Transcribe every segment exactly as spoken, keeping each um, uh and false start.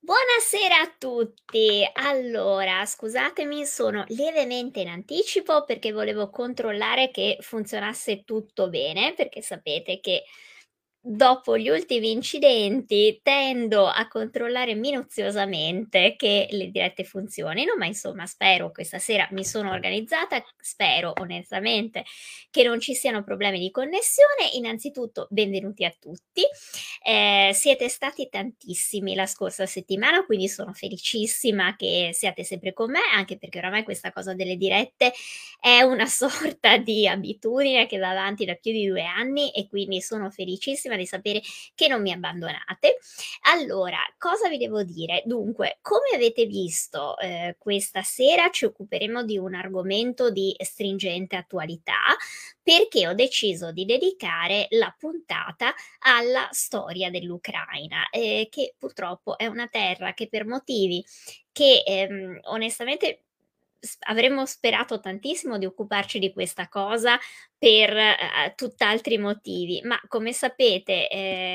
Buonasera a tutti. Allora, scusatemi, sono lievemente in anticipo perché volevo controllare che funzionasse tutto bene, perché sapete che dopo gli ultimi incidenti tendo a controllare minuziosamente che le dirette funzionino, ma insomma spero questa sera mi sono organizzata, spero onestamente che non ci siano problemi di connessione. Innanzitutto benvenuti a tutti. Ehm, siete stati tantissimi la scorsa settimana, quindi sono felicissima che siate sempre con me, anche perché oramai questa cosa delle dirette è una sorta di abitudine che va avanti da più di due anni e quindi sono felicissima di sapere che non mi abbandonate. Allora, cosa vi devo dire? Dunque, come avete visto, ehm, questa sera ci occuperemo di un argomento di stringente attualità, perché ho deciso di dedicare la puntata alla storia dell'Ucraina, ehm, che purtroppo è una terra che per motivi che, ehm, onestamente s avremmo sperato tantissimo di occuparci di questa cosa per, uhm, tutt'altri motivi, ma come sapete,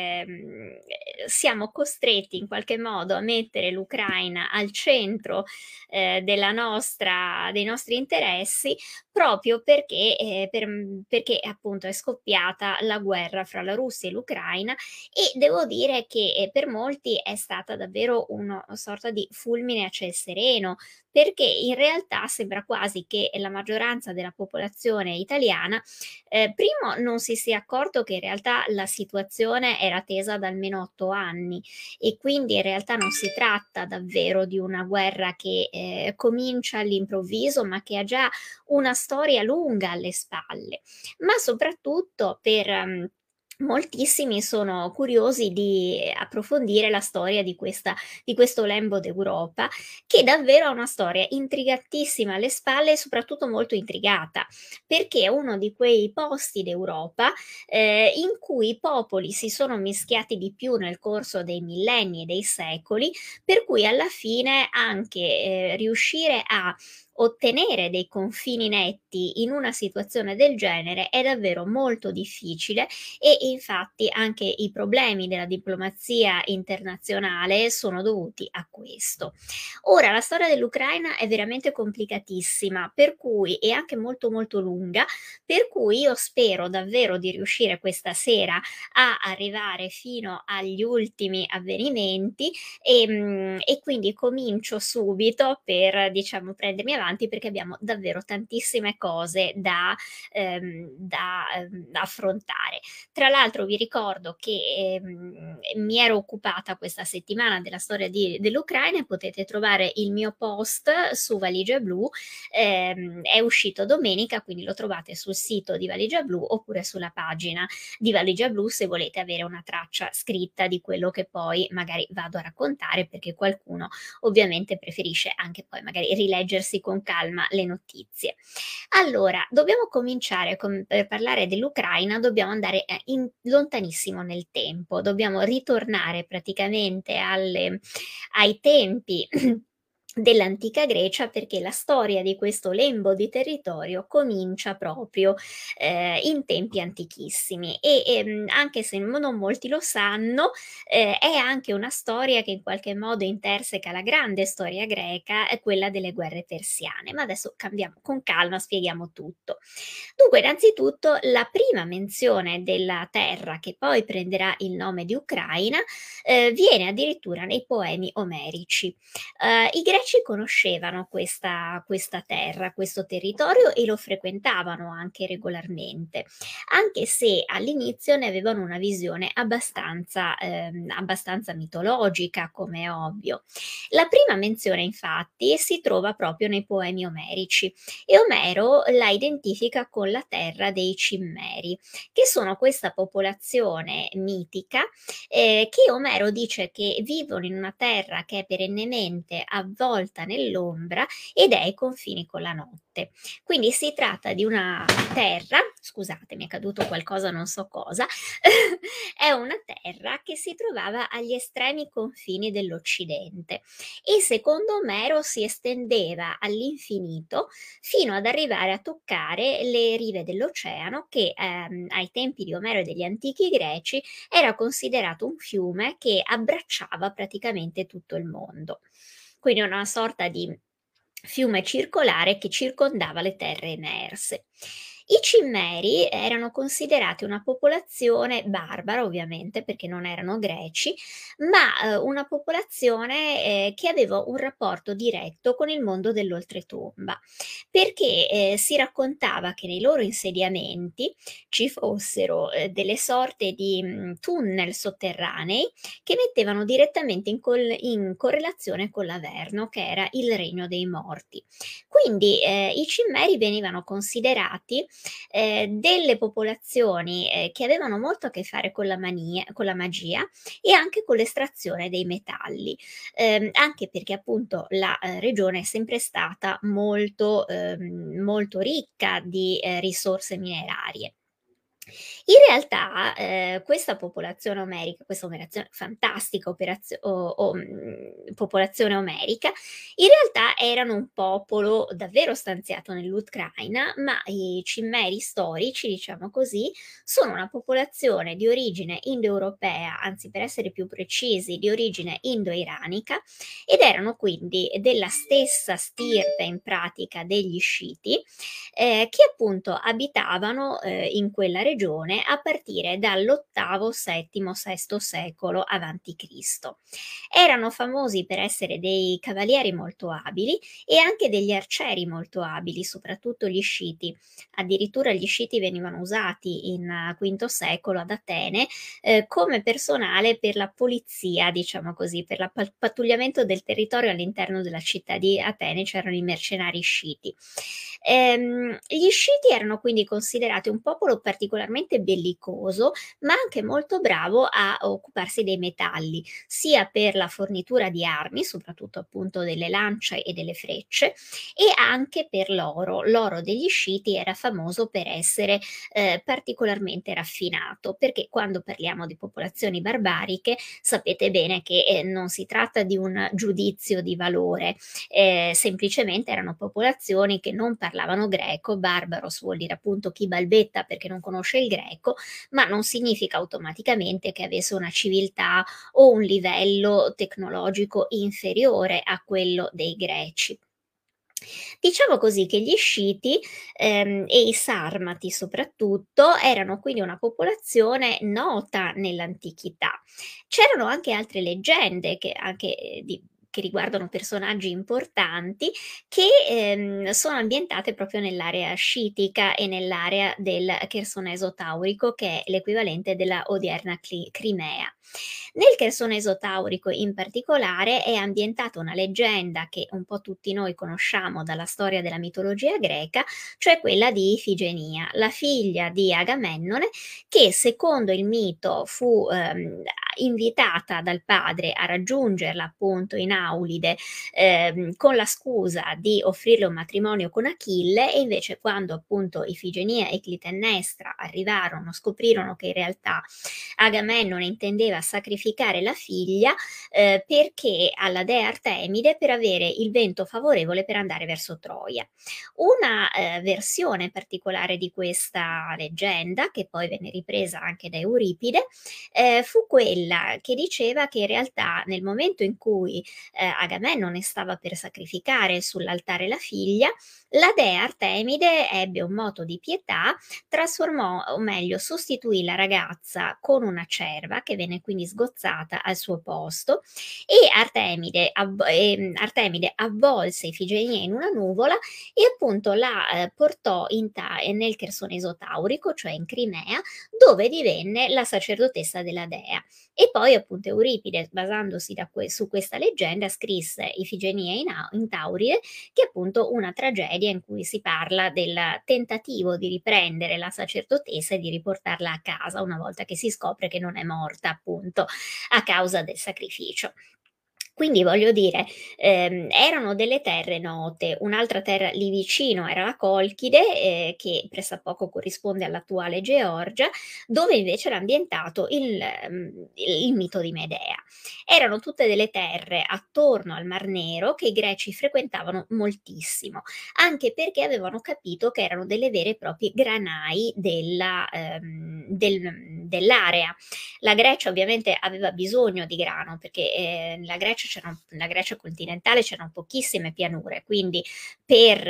ehm, siamo costretti in qualche modo a mettere l'Ucraina al centro, ehm, della nostra dei nostri interessi, proprio perché ehm, per mhmm, perché appunto è scoppiata la guerra fra la Russia e l'Ucraina e devo dire che, ehm, per molti è stata davvero uno sorta di fulmine a ciel sereno, perché in realtà sembra quasi che la maggioranza della popolazione italiana, ehm, primo non si sia accorto che in realtà la situazione era tesa da almeno otto anni e quindi in realtà non si tratta davvero di una guerra che, ehm, comincia all'improvviso, ma che ha già una storia lunga alle spalle. Ma soprattutto per mhmm, moltissimi sono curiosi di approfondire la storia di questa di questo lembo d'Europa, che davvero ha una storia intrigantissima alle spalle e soprattutto molto intrigata, perché è uno di quei posti d'Europa, ehm, in cui i popoli si sono mischiati di più nel corso dei millenni e dei secoli, per cui alla fine anche, ehm, riuscire a ottenere dei confini netti in una situazione del genere è davvero molto difficile e infatti anche i problemi della diplomazia internazionale sono dovuti a questo. Ora la storia dell'Ucraina è veramente complicatissima, per cui e anche molto, molto lunga, per cui io spero davvero di riuscire questa sera a arrivare fino agli ultimi avvenimenti, ehm, e quindi comincio subito per, diciamo, prendermi avanti perché abbiamo davvero tantissime cose da ehm, da, ehm, da affrontare. Tra l'altro vi ricordo che, ehm, mi ero occupata questa settimana della storia di dell'Ucraina e potete trovare il mio post su Valigia Blu, ehm, è uscito domenica, quindi lo trovate sul sito di Valigia Blu oppure sulla pagina di Valigia Blu se volete avere una traccia scritta di quello che poi magari vado a raccontare, perché qualcuno ovviamente preferisce anche poi magari rileggersi con calma le notizie. Allora, dobbiamo cominciare con per parlare dell'Ucraina dobbiamo andare, ehm, in lontanissimo nel tempo, dobbiamo ritornare praticamente alle ai tempi dell'antica Grecia, perché la storia di questo lembo di territorio comincia proprio, ehm, in tempi antichissimi e, ehm, anche se mo non molti lo sanno, ehm, è anche una storia che in qualche modo interseca la grande storia greca, è quella delle guerre persiane. Ma adesso cambiamo con calma, spieghiamo tutto. Dunque, innanzitutto la prima menzione della terra, che poi prenderà il nome di Ucraina, ehm, viene addirittura nei poemi omerici. Ehm, I greci conoscevano questa questa terra, questo territorio e lo frequentavano anche regolarmente, anche se all'inizio ne avevano una visione abbastanza ehm, abbastanza mitologica, come è ovvio. La prima menzione infatti si trova proprio nei poemi omerici e Omero la identifica con la terra dei Cimmeri, che sono questa popolazione mitica, ehm, che Omero dice che vivono in una terra che è perennemente avvolta avvolta nell'ombra ed è ai confini con la notte. Quindi si tratta di una terra, scusate mi è caduto qualcosa non so cosa, è una terra che si trovava agli estremi confini dell'Occidente e secondo Omero si estendeva all'infinito fino ad arrivare a toccare le rive dell'oceano che, ehm, ai tempi di Omero e degli antichi greci era considerato un fiume che abbracciava praticamente tutto il mondo. Quindi una sorta di fiume circolare che circondava le terre emerse. I Cimmeri erano considerati una popolazione barbara, ovviamente, perché non erano greci, ma eh, una popolazione eh, che aveva un rapporto diretto con il mondo dell'oltretomba, perché eh, si raccontava che nei loro insediamenti ci fossero eh, delle sorte di mh, tunnel sotterranei che mettevano direttamente in, col- in correlazione con l'Averno, che era il regno dei morti. Quindi eh, i cimmeri venivano considerati eh, delle popolazioni eh, che avevano molto a che fare con la, mania, con la magia e anche con l'estrazione dei metalli, ehm, anche perché appunto la eh, regione è sempre stata molto, ehm, molto ricca di eh, risorse minerarie. In realtà, ehm, questa popolazione omerica, questa operazione fantastica operazio o o mhmm, popolazione omerica, in realtà erano un popolo davvero stanziato nell'Ucraina, ma i cimmeri storici, diciamo così, sono una popolazione di origine indoeuropea, anzi per essere più precisi di origine indo-iranica, ed erano quindi della stessa stirpe in pratica degli Sciti, ehm, che appunto abitavano, ehm, in quella regione a partire dall'ottavo, settimo, sesto secolo avanti Cristo. Erano famosi per essere dei cavalieri molto abili e anche degli arcieri molto abili, soprattutto gli Sciti. Addirittura gli Sciti venivano usati in eh, quinto secolo ad Atene, ehm, come personale per la polizia, diciamo così, per la pa pattugliamento del territorio all'interno della città di Atene c'erano i mercenari Sciti. Ehm, gli Sciti erano quindi considerati un popolo particolarmente bellicoso, ma anche molto bravo a occuparsi dei metalli, sia per la fornitura di armi, soprattutto appunto delle lance e delle frecce, e anche per l'oro. L'oro degli Sciti era famoso per essere eh, particolarmente raffinato, perché quando parliamo di popolazioni barbariche sapete bene che eh, non si tratta di un giudizio di valore, eh, semplicemente erano popolazioni che non parlavano greco. Barbaros vuol dire appunto chi balbetta perché non conosce il greco, ma non significa automaticamente che avesse una civiltà o un livello tecnologico inferiore a quello dei greci. Diciamo così che gli Sciti, ehm, e i Sarmati soprattutto, erano quindi una popolazione nota nell'antichità. C'erano anche altre leggende che anche, ehm, di che riguardano personaggi importanti che, ehm, sono ambientate proprio nell'area scitica e nell'area del Chersoneso Taurico, che è l'equivalente della odierna Cli Crimea. Nel Chersoneso Taurico in particolare è ambientata una leggenda che un po' tutti noi conosciamo dalla storia della mitologia greca, cioè quella di Ifigenia, la figlia di Agamennone, che secondo il mito fu ehm, invitata dal padre a raggiungerla appunto in Aulide ehm, con la scusa di offrirle un matrimonio con Achille, e invece quando appunto Ifigenia e Clitennestra arrivarono scoprirono che in realtà Agamennone intendeva sacrificare la figlia eh, perché alla dea Artemide per avere il vento favorevole per andare verso Troia. Una eh, versione particolare di questa leggenda, che poi venne ripresa anche da Euripide, eh, fu quella che diceva che in realtà nel momento in cui eh, Agamennone stava per sacrificare sull'altare la figlia, la dea Artemide ebbe un moto di pietà, trasformò, o meglio, sostituì la ragazza con una cerva che venne quindi sgozzata al suo posto, e Artemide, avv- ehm, Artemide avvolse Ifigenia in una nuvola e appunto la eh, portò in ta- nel Chersoneso Taurico, cioè in Crimea, dove divenne la sacerdotessa della dea. E poi appunto Euripide, basandosi da que- su questa leggenda, scrisse Ifigenia in, Au- in Tauride, che è appunto una tragedia in cui si parla del tentativo di riprendere la sacerdotessa e di riportarla a casa una volta che si scopre che non è morta appunto a causa del sacrificio. Quindi voglio dire, ehm, erano delle terre note. Un'altra terra lì vicino era la Colchide, ehm, che pressappoco corrisponde all'attuale Georgia, dove invece era ambientato il mhmm, il mito di Medea. Erano tutte delle terre attorno al Mar Nero che i greci frequentavano moltissimo, anche perché avevano capito che erano delle vere e proprie granai della ehm, del dell'area. La Grecia ovviamente aveva bisogno di grano perché, ehm, nella Grecia c'erano nella Grecia continentale c'erano pochissime pianure, quindi per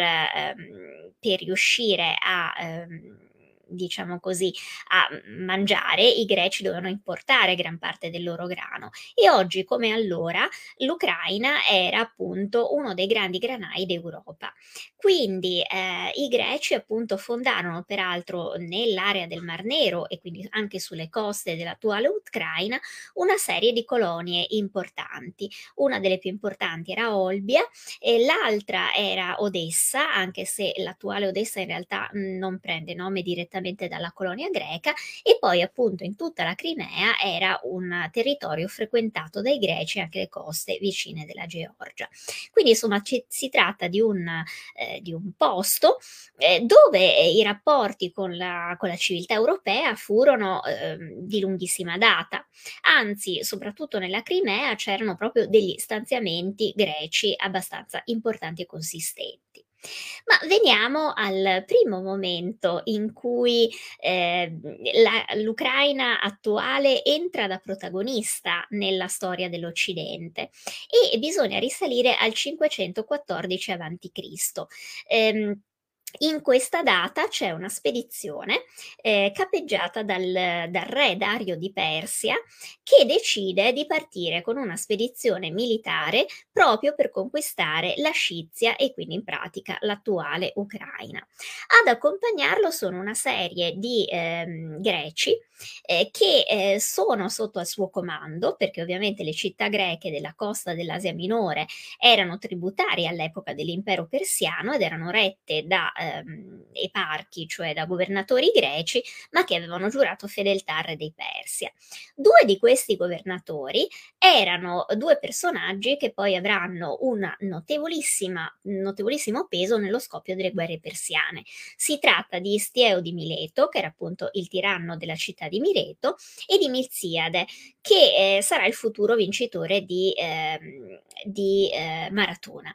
ehm, per riuscire a, ehm, diciamo così, a, mhmm, mangiare, i greci dovevano importare gran parte del loro grano e oggi come allora l'Ucraina era appunto uno dei grandi granai d'Europa. Quindi, ehm, i greci appunto fondarono peraltro nell'area del Mar Nero e quindi anche sulle coste dell'attuale Ucraina, una serie di colonie importanti. Una delle più importanti era Olbia e l'altra era Odessa, anche se l'attuale Odessa in realtà mh, non prende nome direttamente dalla colonia greca, e poi appunto in tutta la Crimea era un territorio frequentato dai greci, anche le coste vicine della Georgia. Quindi insomma ci- si tratta di un, eh, di un posto eh, dove eh, i rapporti con la, con la civiltà europea furono ehm, di lunghissima data. Anzi, soprattutto nella Crimea c'erano proprio degli stanziamenti greci abbastanza importanti e consistenti. Ma veniamo al primo momento in cui eh, la- l'Ucraina attuale entra da protagonista nella storia dell'Occidente e bisogna risalire al cinquecentoquattordici avanti Cristo. Ehm, in questa data c'è una spedizione eh, capeggiata dal, dal re Dario di Persia che decide di partire con una spedizione militare proprio per conquistare la Scizia e quindi in pratica l'attuale Ucraina. Ad accompagnarlo sono una serie di ehm, greci eh, che eh, sono sotto al suo comando, perché ovviamente le città greche della costa dell'Asia Minore erano tributarie all'epoca dell'impero persiano ed erano rette da ehm, eparchi, cioè da governatori greci, ma che avevano giurato fedeltà al re dei Persia. Due di questi governatori erano due personaggi che poi avranno un notevolissima, notevolissimo peso nello scoppio delle guerre persiane. Si tratta di Istieo di Mileto, che era appunto il tiranno della città di Mileto, e di Milziade, che eh, sarà il futuro vincitore di, ehm, di eh, Maratona.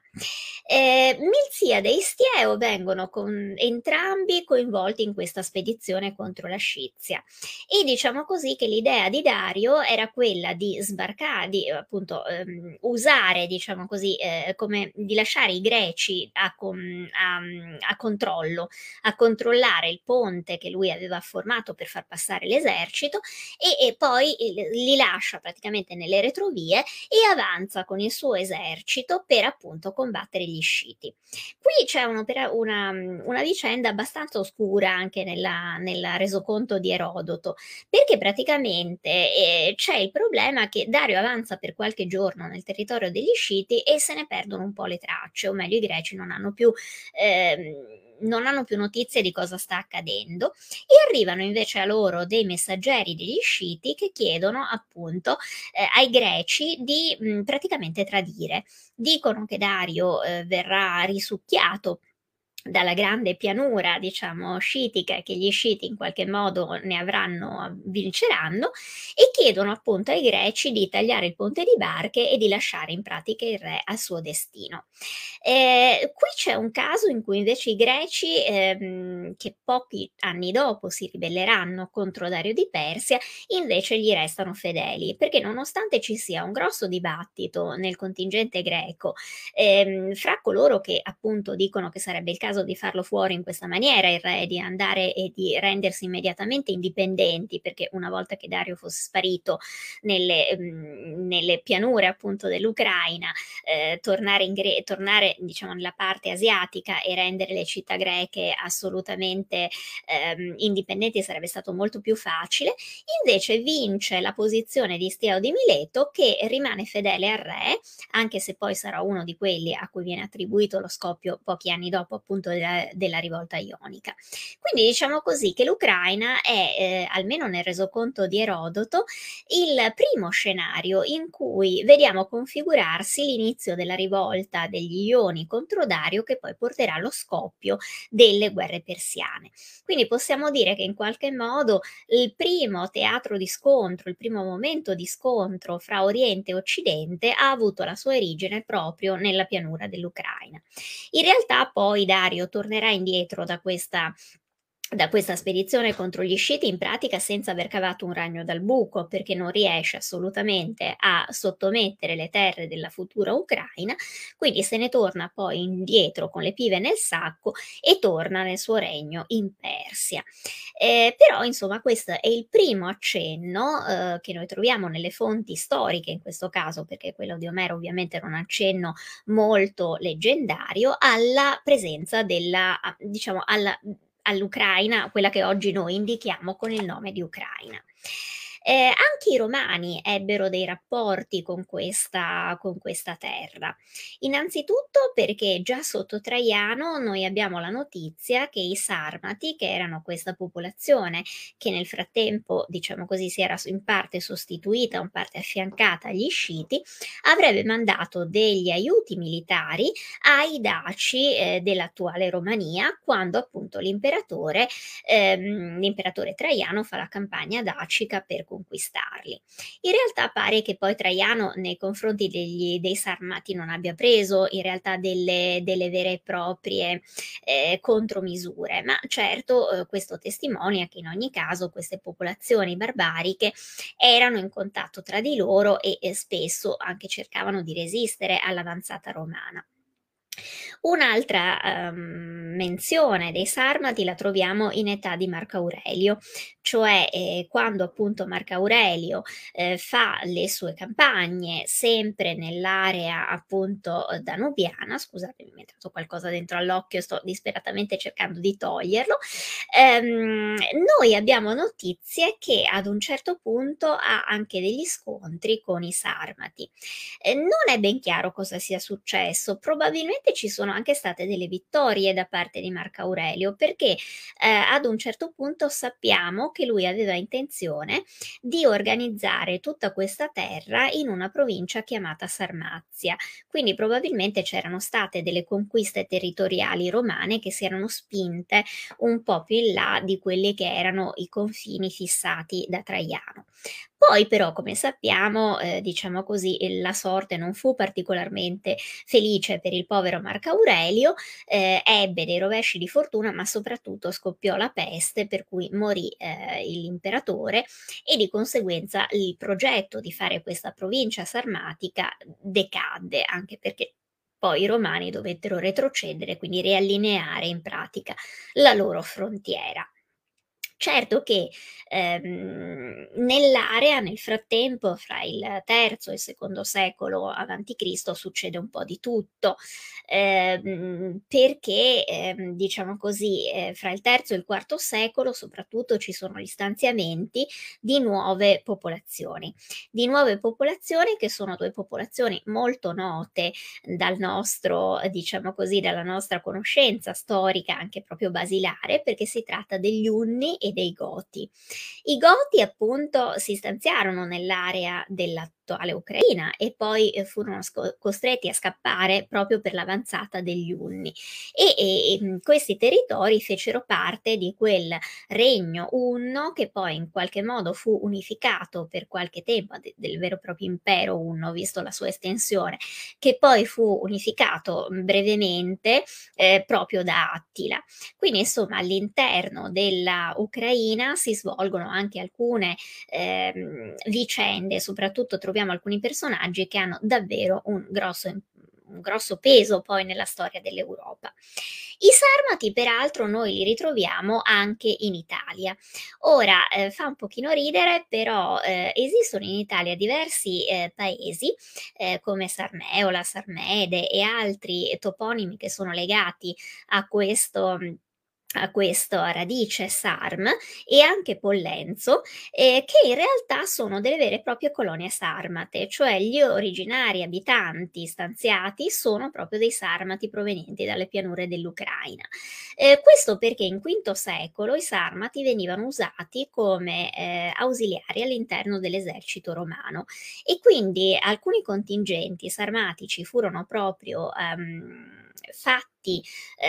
Eh, Milziade e Istieo vengono con, entrambi coinvolti in questa spedizione contro la Scizia e diciamo così che l'idea di Dario era quella di sbarcare, di appunto ehm, usare, diciamo così, eh, come di lasciare i greci a, com- a, a controllo, a controllare il ponte che lui aveva formato per far passare l'esercito e, e poi eh, li lascia praticamente nelle retrovie e avanza con il suo esercito per appunto combattere gli sciti. Qui c'è un'opera- una, una vicenda abbastanza oscura anche nella, nel resoconto di Erodoto, perché praticamente eh, c'è il problema che Dario avanza per qualche giorno nel territorio degli Sciti e se ne perdono un po' le tracce, o meglio i greci non hanno più, ehm, non hanno più notizie di cosa sta accadendo e arrivano invece a loro dei messaggeri degli Sciti che chiedono appunto eh, ai greci di mh, praticamente tradire. Dicono che Dario eh, verrà risucchiato dalla grande pianura, diciamo, sciitica e che gli sciiti in qualche modo ne avranno, vinceranno, e chiedono appunto ai greci di tagliare il ponte di barche e di lasciare in pratica il re al suo destino. Eh, qui c'è un caso in cui invece i greci, ehm, che pochi anni dopo si ribelleranno contro Dario di Persia, invece gli restano fedeli, perché nonostante ci sia un grosso dibattito nel contingente greco ehm, fra coloro che appunto dicono che sarebbe il caso di farlo fuori in questa maniera, il re, di andare e di rendersi immediatamente indipendenti, perché una volta che Dario fosse sparito nelle, mh, nelle pianure appunto dell'Ucraina, eh, tornare, in Gre- tornare diciamo nella parte asiatica e rendere le città greche assolutamente ehm, indipendenti sarebbe stato molto più facile. Invece vince la posizione di Stiao di Mileto che rimane fedele al re, anche se poi sarà uno di quelli a cui viene attribuito lo scoppio pochi anni dopo appunto appunto della della rivolta ionica. Quindi diciamo così che l'Ucraina è, ehm, almeno nel resoconto di Erodoto, il primo scenario in cui vediamo configurarsi l'inizio della rivolta degli Ioni contro Dario che poi porterà allo scoppio delle guerre persiane. Quindi possiamo dire che in qualche modo il primo teatro di scontro, il primo momento di scontro fra Oriente e Occidente ha avuto la sua origine proprio nella pianura dell'Ucraina. In realtà poi Dario tornerà indietro da questa da questa spedizione contro gli sciiti in pratica senza aver cavato un ragno dal buco, perché non riesce assolutamente a sottomettere le terre della futura Ucraina, quindi se ne torna poi indietro con le pive nel sacco e torna nel suo regno in Persia. Eh, però insomma questo è il primo accenno eh, che noi troviamo nelle fonti storiche in questo caso, perché quello di Omero ovviamente era un accenno molto leggendario alla presenza della, a- diciamo, alla all'Ucraina, quella che oggi noi indichiamo con il nome di Ucraina. Eh, anche i romani ebbero dei rapporti con questa, con questa terra. Innanzitutto perché già sotto Traiano noi abbiamo la notizia che i Sarmati, che erano questa popolazione che nel frattempo, diciamo così, si era in parte sostituita, in parte affiancata agli Sciti, avrebbe mandato degli aiuti militari ai daci eh, dell'attuale Romania, quando appunto l'imperatore, ehm, l'imperatore Traiano fa la campagna dacica per conquistarli. In realtà pare che poi Traiano nei confronti degli, dei Sarmati non abbia preso in realtà delle, delle vere e proprie eh, contromisure, ma certo eh, questo testimonia che in ogni caso queste popolazioni barbariche erano in contatto tra di loro e, e spesso anche cercavano di resistere all'avanzata romana. Un'altra ehm, menzione dei Sarmati la troviamo in età di Marco Aurelio, cioè eh, quando appunto Marco Aurelio eh, fa le sue campagne sempre nell'area appunto eh, danubiana, scusatemi, mi è entrato qualcosa dentro all'occhio, sto disperatamente cercando di toglierlo, ehm, noi abbiamo notizie che ad un certo punto ha anche degli scontri con i Sarmati. Eh, non è ben chiaro cosa sia successo, probabilmente ci sono anche state delle vittorie da parte di Marco Aurelio, perché eh, ad un certo punto sappiamo che lui aveva intenzione di organizzare tutta questa terra in una provincia chiamata Sarmazia, quindi probabilmente c'erano state delle conquiste territoriali romane che si erano spinte un po' più in là di quelli che erano i confini fissati da Traiano. Poi però, come sappiamo, eh, diciamo così, eh, la sorte non fu particolarmente felice per il povero Marco Aurelio, eh, ebbe dei rovesci di fortuna, ma soprattutto scoppiò la peste, per cui morì eh, l'imperatore e di conseguenza il progetto di fare questa provincia sarmatica decadde, anche perché poi i romani dovettero retrocedere, quindi riallineare in pratica la loro frontiera. Certo che, ehm, nell'area nel frattempo fra il terzo e il secondo secolo avanti Cristo succede un po' di tutto, ehm, perché, ehm, diciamo così, ehm, fra il terzo e il quarto secolo soprattutto ci sono gli stanziamenti di nuove popolazioni, di nuove popolazioni che sono due popolazioni molto note dal nostro, diciamo così, dalla nostra conoscenza storica anche proprio basilare, perché si tratta degli Unni e dei Goti. I Goti appunto si stanziarono nell'area dell'attuale Ucraina e poi eh, furono sco- costretti a scappare proprio per l'avanzata degli Unni e, e- e, mh, questi territori fecero parte di quel regno Unno che poi in qualche modo fu unificato per qualche tempo de- del vero e proprio impero Unno, visto la sua estensione, che poi fu unificato mh, brevemente eh, proprio da Attila. Quindi insomma all'interno della Ucraina si svolgono anche alcune ehm, vicende, soprattutto troviamo alcuni personaggi che hanno davvero un grosso, un grosso peso poi nella storia dell'Europa. I Sarmati peraltro noi li ritroviamo anche in Italia. Ora eh, fa un pochino ridere, però eh, esistono in Italia diversi eh, paesi eh, come Sarneola, Sarmede e altri toponimi che sono legati a questo a questo a radice Sarm e anche Pollenzo, ehm, che in realtà sono delle vere e proprie colonie sarmate, cioè gli originari abitanti stanziati sono proprio dei sarmati provenienti dalle pianure dell'Ucraina. Ehm, questo perché in quinto secolo i sarmati venivano usati come, ehm, ausiliari all'interno dell'esercito romano e quindi alcuni contingenti sarmatici furono proprio, ehm, fatti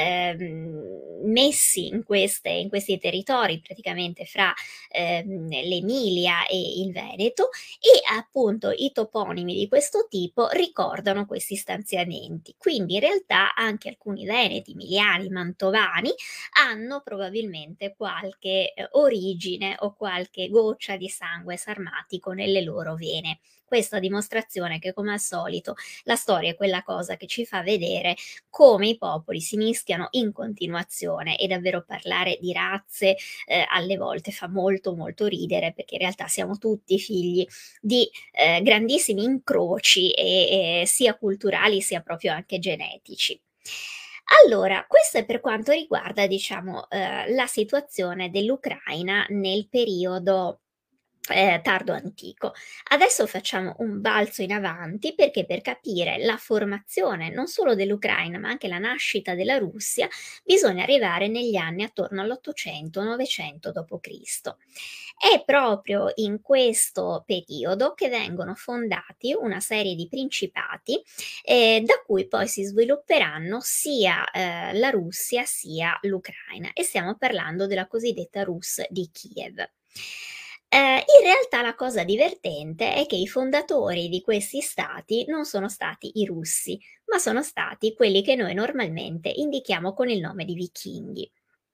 ehm, messi in queste in questi territori praticamente fra, ehm, l'Emilia e il Veneto e appunto i toponimi di questo tipo ricordano questi stanziamenti. Quindi in realtà anche alcuni veneti, emiliani, mantovani hanno probabilmente qualche, ehm, origine o qualche goccia di sangue sarmatico nelle loro vene. Questo a dimostrazione che come al solito la storia è quella cosa che ci fa vedere come i popoli si mischiano in continuazione e davvero parlare di razze eh, alle volte fa molto molto ridere perché in realtà siamo tutti figli di eh, grandissimi incroci e, e sia culturali sia proprio anche genetici. Allora, questo è per quanto riguarda, diciamo, eh, la situazione dell'Ucraina nel periodo eh, tardo antico. Adesso facciamo un balzo in avanti perché per capire la formazione non solo dell'Ucraina ma anche la nascita della Russia bisogna arrivare negli anni attorno all'ottocento novecento dopo Cristo. È proprio in questo periodo che vengono fondati una serie di principati eh, da cui poi si svilupperanno sia eh, la Russia sia l'Ucraina e stiamo parlando della cosiddetta Rus di Kiev. Eh, in realtà la cosa divertente è che i fondatori di questi stati non sono stati i russi, ma sono stati quelli che noi normalmente indichiamo con il nome di vichinghi.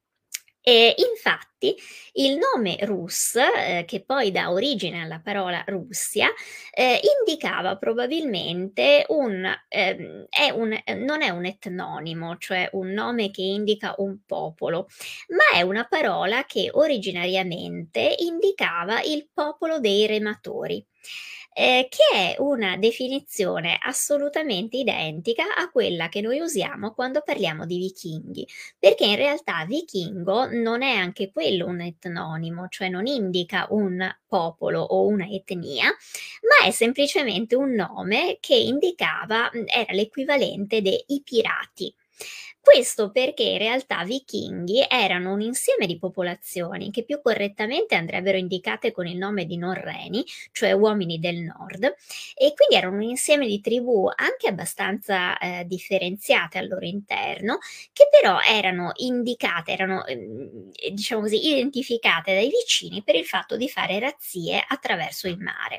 E infatti il nome Rus, ehm, che poi dà origine alla parola Russia, ehm, indicava probabilmente un ehm, è un ehm, non è un etnonimo, cioè un nome che indica un popolo, ma è una parola che originariamente indicava il popolo dei rematori, ehm, che è una definizione assolutamente identica a quella che noi usiamo quando parliamo di vichinghi. Perché in realtà vichingo non è anche quello un etnonimo, cioè non indica un popolo o una etnia, ma è semplicemente un nome che indicava, mh, era l'equivalente dei pirati. Questo perché in realtà vichinghi erano un insieme di popolazioni che più correttamente andrebbero indicate con il nome di norreni, cioè uomini del nord, e quindi erano un insieme di tribù anche abbastanza eh, differenziate al loro interno, che però erano indicate, erano ehm, diciamo così, identificate dai vicini per il fatto di fare razzie attraverso il mare.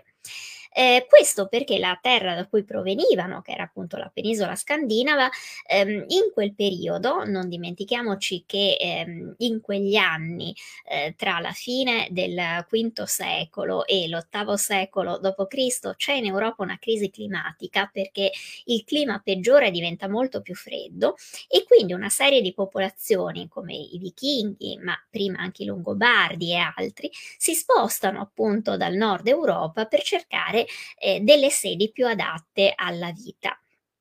Eh, questo perché la terra da cui provenivano, che era appunto la penisola scandinava, ehm, in quel periodo, non dimentichiamoci che ehm, in quegli anni, eh, tra la fine del quinto secolo e l'ottavo secolo dopo Cristo, c'è in Europa una crisi climatica perché il clima peggiora e diventa molto più freddo e quindi una serie di popolazioni come i vichinghi, ma prima anche i longobardi e altri, si spostano appunto dal nord Europa per cercare eh, delle sedi più adatte alla vita.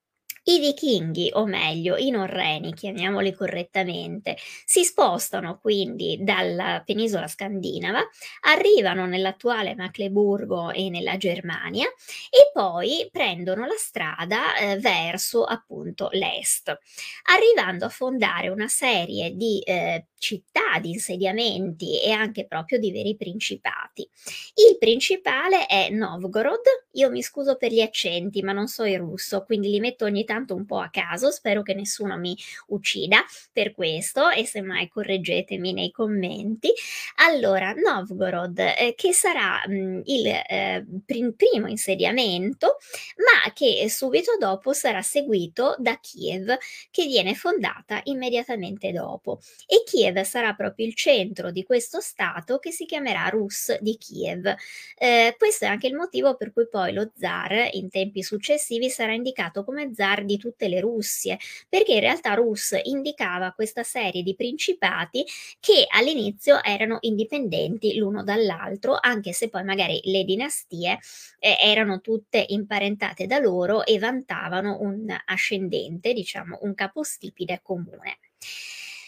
I vichinghi, o meglio i norreni, chiamiamoli correttamente, si spostano quindi dalla penisola scandinava, arrivano nell'attuale Macleburgo e nella Germania e poi prendono la strada eh, verso appunto l'est, arrivando a fondare una serie di eh, città, di insediamenti e anche proprio di veri principati. Il principale è Novgorod. Io mi scuso per gli accenti, ma non so il russo, quindi li metto ogni tanto un po' a caso, spero che nessuno mi uccida per questo e semmai correggetemi nei commenti. Allora, Novgorod, eh, che sarà mh, il eh, prim- primo insediamento, ma che subito dopo sarà seguito da Kiev, che viene fondata immediatamente dopo. E Kiev sarà proprio il centro di questo stato che si chiamerà Rus di Kiev. Eh, questo è anche il motivo per cui poi lo zar in tempi successivi sarà indicato come zar di tutte le Russie, perché in realtà Rus indicava questa serie di principati che all'inizio erano indipendenti l'uno dall'altro, anche se poi magari le dinastie eh, erano tutte imparentate da loro e vantavano un ascendente, diciamo un capostipite comune.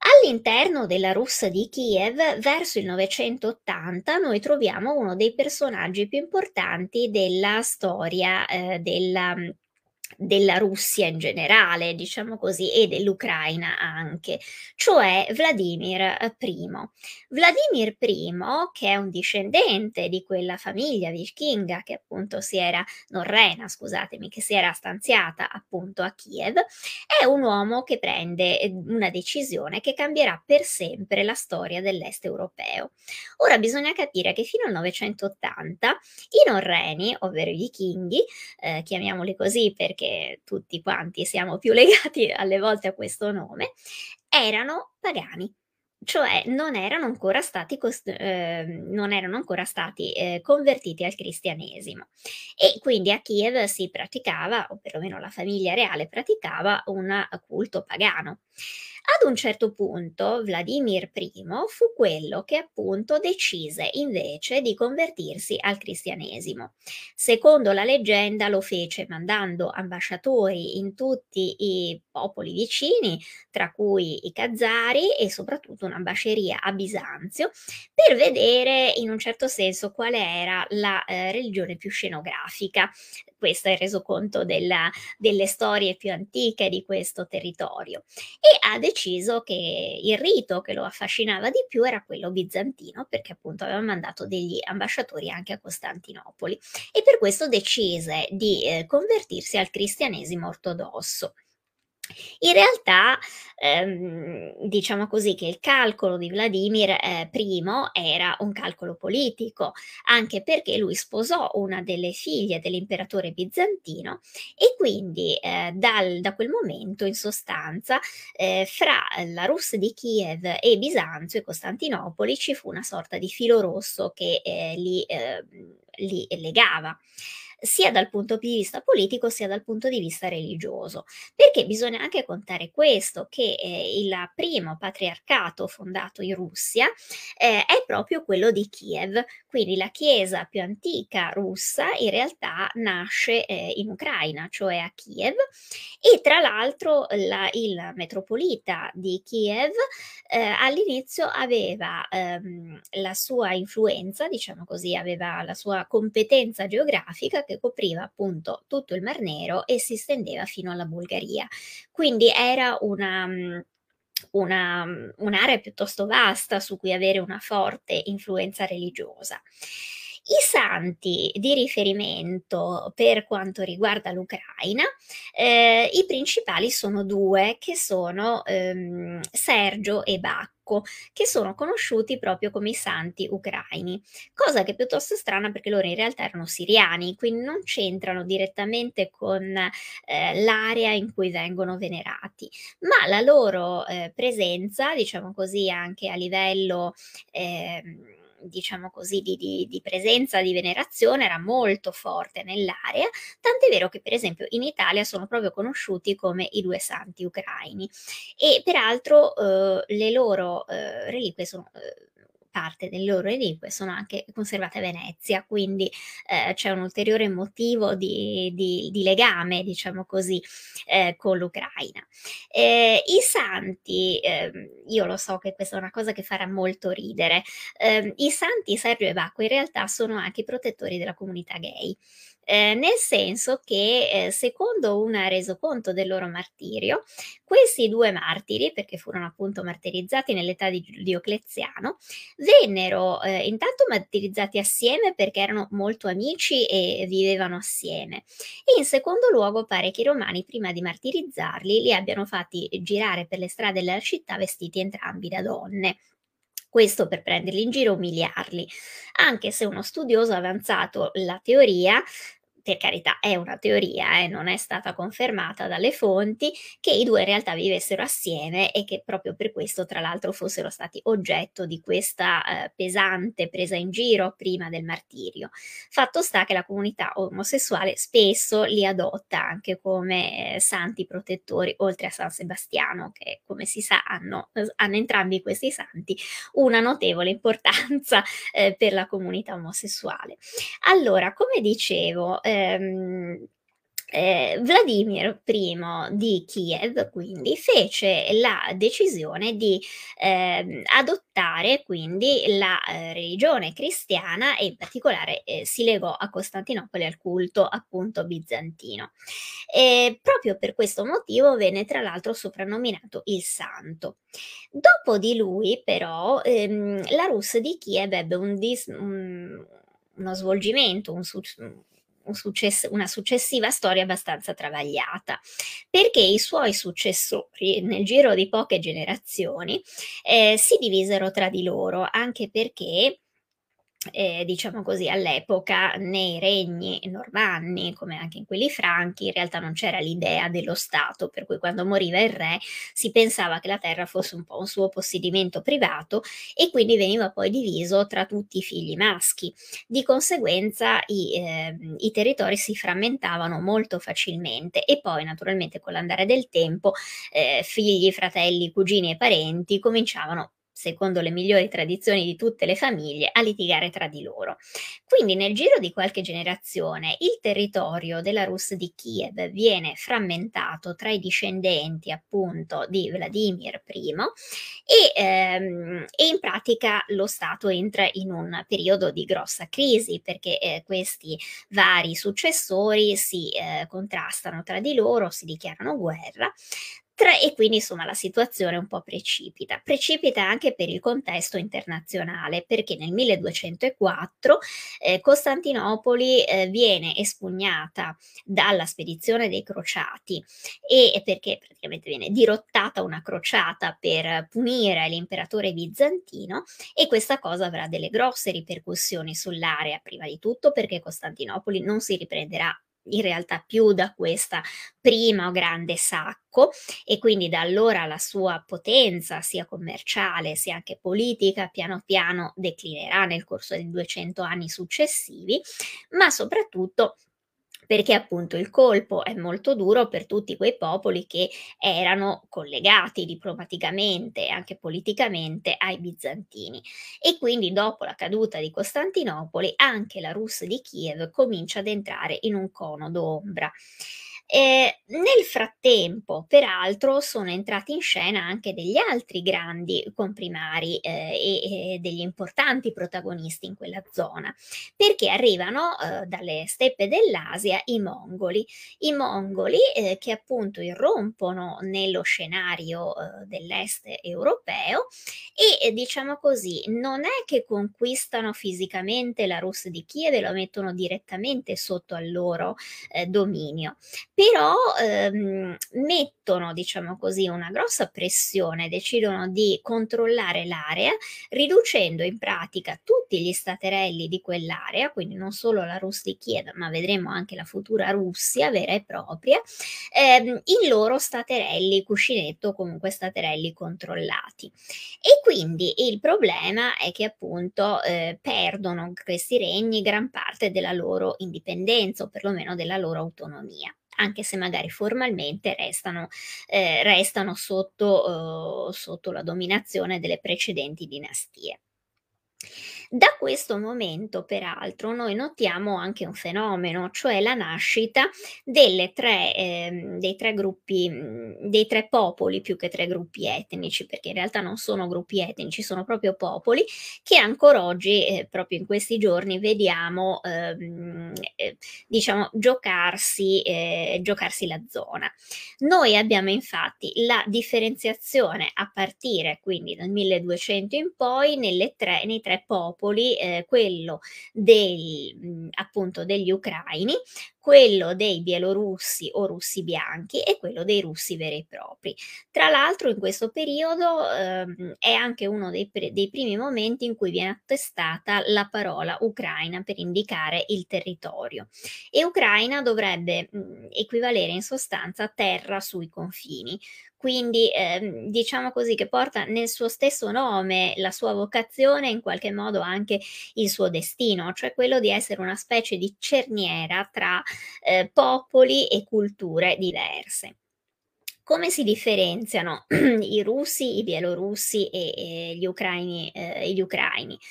All'interno della Rus di Kiev, verso il novecentottanta, noi troviamo uno dei personaggi più importanti della storia, ehm, della mhmm, della Russia in generale, diciamo così, e dell'Ucraina anche, cioè Vladimir eh, primo. Vladimir primo, che è un discendente di quella famiglia vichinga che appunto si era norrena, scusatemi, che si era stanziata appunto a Kiev, è un uomo che prende eh, una decisione che cambierà per sempre la storia dell'est europeo. Ora bisogna capire che fino al novecentottanta i norreni, ovvero i vichinghi, eh, chiamiamoli così perché tutti quanti siamo più legati alle volte a questo nome, erano pagani. Cioè non erano ancora stati cost ehm, non erano ancora stati, ehm, convertiti al cristianesimo e quindi a Kiev si praticava, o perlomeno la famiglia reale praticava, un culto pagano. Ad un certo punto Vladimir primo fu quello che appunto decise invece di convertirsi al cristianesimo. Secondo la leggenda lo fece mandando ambasciatori in tutti i popoli vicini, tra cui i Khazari e soprattutto un'ambasceria a Bisanzio, per vedere in un certo senso quale era la eh, religione più scenografica. Questo è il resoconto della- delle storie più antiche di questo territorio e ha deciso che il rito che lo affascinava di più era quello bizantino, perché appunto aveva mandato degli ambasciatori anche a Costantinopoli e per questo decise di eh, convertirsi al cristianesimo ortodosso. In realtà, ehm, diciamo così, che il calcolo di Vladimir, ehm, primo era un calcolo politico, anche perché lui sposò una delle figlie dell'imperatore bizantino e quindi, ehm, dal da quel momento in sostanza, ehm, fra la Rus di Kiev e Bisanzio e Costantinopoli ci fu una sorta di filo rosso che, ehm, li ehm, li legava, sia dal punto di vista politico, sia dal punto di vista religioso. Perché bisogna anche contare questo, che eh, il primo patriarcato fondato in Russia eh, è proprio quello di Kiev, quindi la chiesa più antica russa in realtà nasce eh, in Ucraina, cioè a Kiev, e tra l'altro la- il metropolita di Kiev eh, all'inizio aveva ehm, la sua influenza, diciamo così, aveva la sua competenza geografica che copriva appunto tutto il Mar Nero e si stendeva fino alla Bulgaria. Quindi era una, mh, una, mh, un'area piuttosto vasta su cui avere una forte influenza religiosa. I santi di riferimento per quanto riguarda l'Ucraina, eh, i principali sono due, che sono ehm, Sergio e Bacco, che sono conosciuti proprio come i santi ucraini, cosa che è piuttosto strana perché loro in realtà erano siriani, quindi non c'entrano direttamente con eh, l'area in cui vengono venerati, ma la loro eh, presenza, diciamo così, anche a livello ehm, diciamo così, di, di- di presenza, di venerazione era molto forte nell'area, tant'è vero che per esempio in Italia sono proprio conosciuti come i due santi ucraini e peraltro eh, le loro eh, reliquie sono... eh, parte delle loro reliquie sono anche conservate a Venezia, quindi eh, c'è un ulteriore motivo di, di- di legame, diciamo così, eh, con l'Ucraina. Eh, I santi, ehm, io lo so che questa è una cosa che farà molto ridere, ehm, i santi Sergio e Bacco in realtà sono anche i protettori della comunità gay. Eh, nel senso che, eh, secondo un resoconto del loro martirio, questi due martiri, perché furono appunto martirizzati nell'età di Diocleziano, vennero eh, intanto martirizzati assieme perché erano molto amici e vivevano assieme. E in secondo luogo pare che i romani, prima di martirizzarli, li abbiano fatti girare per le strade della città vestiti entrambi da donne. Questo per prenderli in giro e umiliarli, anche se uno studioso ha avanzato la teoria, per carità è una teoria, eh, non è stata confermata dalle fonti, che i due in realtà vivessero assieme e che proprio per questo tra l'altro fossero stati oggetto di questa eh, pesante presa in giro prima del martirio. Fatto sta che la comunità omosessuale spesso li adotta anche come eh, santi protettori, oltre a San Sebastiano, che come si sa hanno, hanno entrambi questi santi una notevole importanza eh, per la comunità omosessuale. Allora, come dicevo, ehm, Ehm, Vladimir primo di Kiev quindi fece la decisione di, ehm, adottare quindi la, ehm, religione cristiana e in particolare, ehm, si legò a Costantinopoli al culto appunto bizantino. Ehm, proprio per questo motivo venne tra l'altro soprannominato il Santo. Dopo di lui però, ehm, la R U S di Kiev ebbe un dis un uno svolgimento, un suc un success una successiva storia abbastanza travagliata, perché i suoi successori, nel giro di poche generazioni, ehm, si divisero tra di loro, anche perché ehm, diciamo così, all'epoca nei regni normanni, come anche in quelli franchi, in realtà non c'era l'idea dello Stato, per cui quando moriva il re si pensava che la terra fosse un po' un suo possedimento privato e quindi veniva poi diviso tra tutti i figli maschi. Di conseguenza i ehm, i territori si frammentavano molto facilmente e poi naturalmente con l'andare del tempo, ehm, figli, fratelli, cugini e parenti cominciavano, secondo le migliori tradizioni di tutte le famiglie, a litigare tra di loro. Quindi nel giro di qualche generazione il territorio della R U S di Kiev viene frammentato tra i discendenti appunto di Vladimir primo e, ehm, e in pratica lo Stato entra in un periodo di grossa crisi perché eh, questi vari successori si eh, contrastano tra di loro, si dichiarano guerra. Tra- e quindi insomma la situazione un po' precipita. Precipita anche per il contesto internazionale, perché nel milleduecentoquattro eh, Costantinopoli eh, viene espugnata dalla spedizione dei crociati e perché praticamente viene dirottata una crociata per punire l'imperatore bizantino e questa cosa avrà delle grosse ripercussioni sull'area, prima di tutto perché Costantinopoli non si riprenderà in realtà più da questa prima grande sacco e quindi da allora la sua potenza sia commerciale sia anche politica piano piano declinerà nel corso dei duecento anni successivi, ma soprattutto perché appunto il colpo è molto duro per tutti quei popoli che erano collegati diplomaticamente e anche politicamente ai bizantini e quindi dopo la caduta di Costantinopoli anche la R U S di Kiev comincia ad entrare in un cono d'ombra. Ehm, nel frattempo, peraltro, sono entrati in scena anche degli altri grandi comprimari, ehm, e e degli importanti protagonisti in quella zona, perché arrivano, uhm, dalle steppe dell'Asia i mongoli. I mongoli, ehm, che appunto irrompono nello scenario, uhm, dell'est europeo e, ehm, diciamo così, non è che conquistano fisicamente la R U S di Kiev e lo mettono direttamente sotto al loro, ehm, dominio, però, ehm, mettono, diciamo così, una grossa pressione, decidono di controllare l'area, riducendo in pratica tutti gli staterelli di quell'area, quindi non solo la R U S di Kiev, ma vedremo anche la futura Russia vera e propria, ehm, in loro staterelli cuscinetto, o comunque staterelli controllati. E quindi il problema è che appunto eh, perdono questi regni gran parte della loro indipendenza o perlomeno della loro autonomia anche se magari formalmente restano, eh, restano sotto, eh, sotto la dominazione delle precedenti dinastie. Da questo momento, peraltro, noi notiamo anche un fenomeno, cioè la nascita delle tre, ehm, dei tre gruppi, mhmm, dei tre popoli più che tre gruppi etnici, perché in realtà non sono gruppi etnici, sono proprio popoli che ancora oggi, ehm, proprio in questi giorni vediamo, ehm, ehm, diciamo giocarsi ehm, giocarsi la zona. Noi abbiamo infatti la differenziazione a partire quindi dal milleduecento in poi nelle tre nei tre popoli, ehm, quello dei mhmm, appunto degli ucraini, quello dei bielorussi o russi bianchi e quello dei russi veri e propri. Tra l'altro in questo periodo, ehm, è anche uno dei pre dei primi momenti in cui viene attestata la parola ucraina per indicare il territorio e Ucraina dovrebbe, mhmm, equivalere in sostanza a terra sui confini. Quindi, ehm, diciamo così, che porta nel suo stesso nome la sua vocazione e in qualche modo anche il suo destino, cioè quello di essere una specie di cerniera tra, ehm, popoli e culture diverse. Come si differenziano i russi, i bielorussi e e gli ucraini ehm, gli ucraini?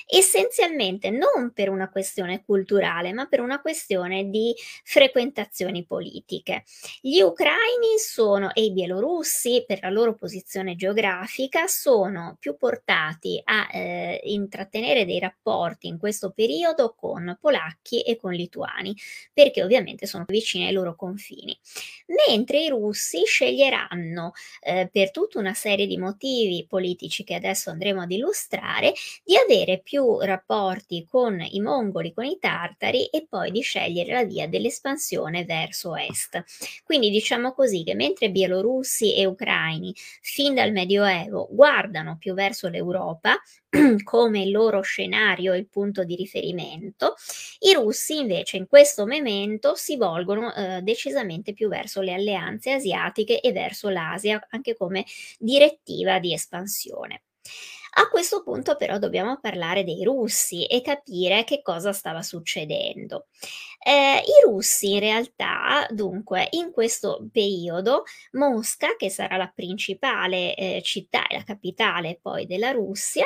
essenzialmente non per una questione culturale, ma per una questione di frequentazioni politiche. Gli ucraini sono e i bielorussi, per la loro posizione geografica, sono più portati a, ehm, intrattenere dei rapporti in questo periodo con polacchi e con lituani, perché ovviamente sono vicini ai loro confini. Mentre i russi sceglieranno, ehm, per tutta una serie di motivi politici che adesso andremo ad illustrare, di avere più rapporti con i mongoli, con i tartari e poi di scegliere la via dell'espansione verso est. Quindi diciamo così che mentre bielorussi e ucraini fin dal Medioevo guardano più verso l'Europa come il loro scenario e il punto di riferimento, i russi invece in questo momento si volgono eh, decisamente più verso le alleanze asiatiche e verso l'Asia anche come direttiva di espansione. A questo punto però dobbiamo parlare dei russi e capire che cosa stava succedendo. Eh, I russi in realtà, dunque, in questo periodo, Mosca, che sarà la principale eh, città e la capitale poi della Russia,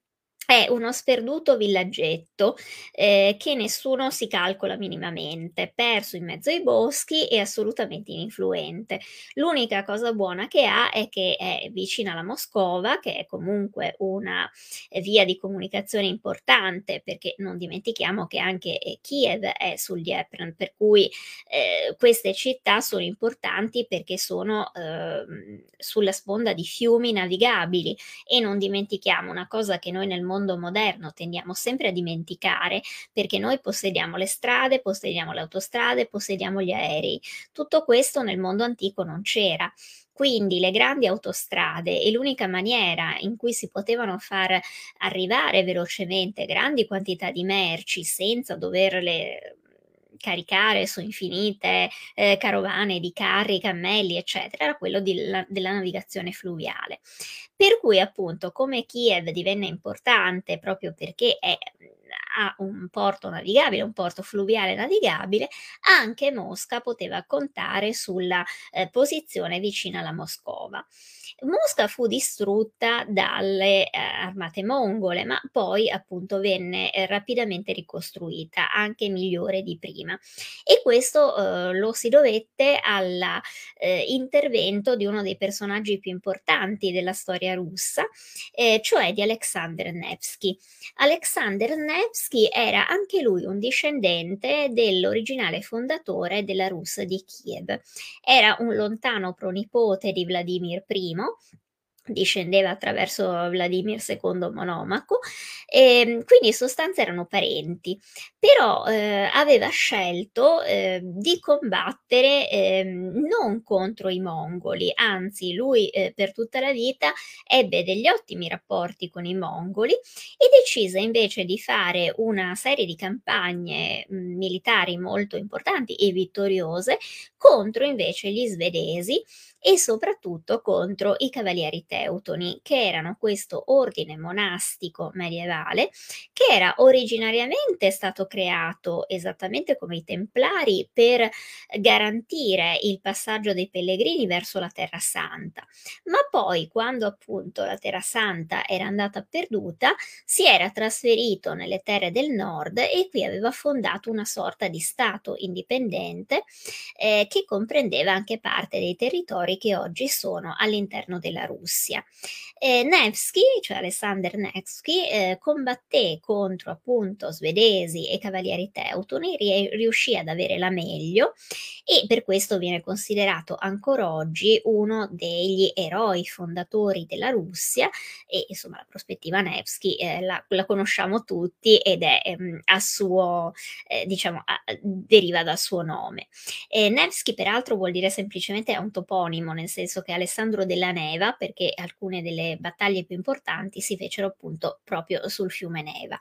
è uno sperduto villaggetto, ehm, che nessuno si calcola minimamente, perso in mezzo ai boschi e assolutamente ininfluente. L'unica cosa buona che ha è che è vicina alla Moscova, che è comunque una eh, via di comunicazione importante, perché non dimentichiamo che anche, ehm, Kiev è sul Dniepr, per cui, ehm, queste città sono importanti perché sono, uhm, sulla sponda di fiumi navigabili e non dimentichiamo una cosa che noi nel mondo moderno tendiamo sempre a dimenticare, perché noi possediamo le strade, possediamo le autostrade, possediamo gli aerei. Tutto questo nel mondo antico non c'era. Quindi le grandi autostrade e l'unica maniera in cui si potevano far arrivare velocemente grandi quantità di merci senza doverle caricare su infinite eh, carovane di carri, cammelli, eccetera, era quello di la- della navigazione fluviale. Per cui appunto come Kiev divenne importante proprio perché è, ha un porto navigabile, un porto fluviale navigabile, anche Mosca poteva contare sulla eh, posizione vicina alla Moscova. Mosca fu distrutta dalle eh, armate mongole, ma poi appunto venne eh, rapidamente ricostruita, anche migliore di prima. E questo eh, lo si dovette all'intervento di uno dei personaggi più importanti della storia russa, eh, cioè di Alexander Nevsky. Alexander Nevsky era anche lui un discendente dell'originale fondatore della Rus di Kiev. Era un lontano pronipote di Vladimir primo, discendeva attraverso Vladimir secondo Monomaco, ehm, quindi in sostanza erano parenti, però eh, aveva scelto eh, di combattere ehm, non contro i mongoli, anzi lui eh, per tutta la vita ebbe degli ottimi rapporti con i mongoli e decise invece di fare una serie di campagne mh, militari molto importanti e vittoriose contro invece gli svedesi e soprattutto contro i cavalieri teutoni, che erano questo ordine monastico medievale che era originariamente stato creato esattamente come i Templari per garantire il passaggio dei pellegrini verso la Terra Santa, ma poi quando appunto la Terra Santa era andata perduta, si era trasferito nelle terre del nord e qui aveva fondato una sorta di stato indipendente eh, che comprendeva anche parte dei territori che oggi sono all'interno della Russia. Eh, Nevsky, cioè Alexander Nevsky, eh, combatté contro appunto svedesi e cavalieri teutoni, rie- riuscì ad avere la meglio e per questo viene considerato ancora oggi uno degli eroi fondatori della Russia e insomma la prospettiva Nevsky eh, la, la conosciamo tutti ed è ehm, a suo, eh, diciamo, a- deriva dal suo nome. E Nevsky peraltro vuol dire semplicemente è un toponimo, nel senso che Alessandro della Neva, perché alcune delle battaglie più importanti si fecero appunto proprio sul fiume Neva.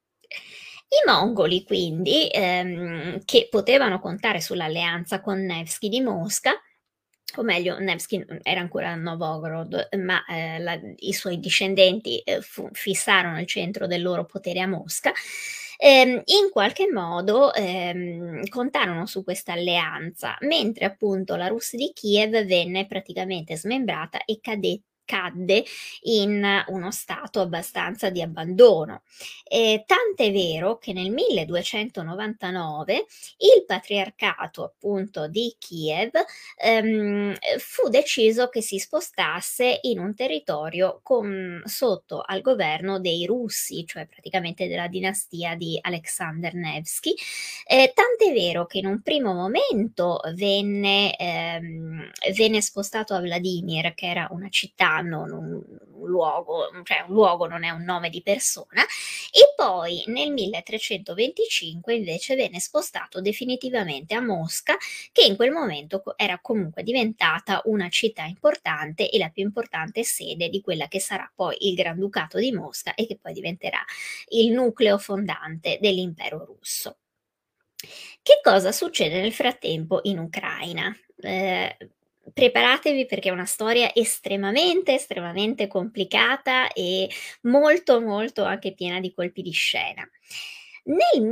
I mongoli quindi, ehm, che potevano contare sull'alleanza con Nevsky di Mosca, o meglio Nevsky era ancora a Novgorod, ma eh, la- i suoi discendenti eh, fu- fissarono il centro del loro potere a Mosca, ehm, in qualche modo ehm, contarono su questa alleanza, mentre appunto la Rus di Kiev venne praticamente smembrata e cadette cadde in uno stato abbastanza di abbandono. Ehm, tant'è vero che nel milleduecentonovantanove il patriarcato appunto di Kiev, ehm, fu deciso che si spostasse in un territorio con sotto al governo dei russi, cioè praticamente della dinastia di Alexander Nevskij. Ehm, tant'è vero che in un primo momento venne ehm, venne spostato a Vladimir, che era una città, non un un luogo, cioè un luogo non è un nome di persona, e poi nel milletrecentoventicinque invece venne spostato definitivamente a Mosca, che in quel momento co era comunque diventata una città importante e la più importante sede di quella che sarà poi il Granducato di Mosca e che poi diventerà il nucleo fondante dell'impero russo. Che cosa succede nel frattempo in Ucraina? Ehm, preparatevi perché è una storia estremamente, estremamente complicata e molto, molto anche piena di colpi di scena. Nel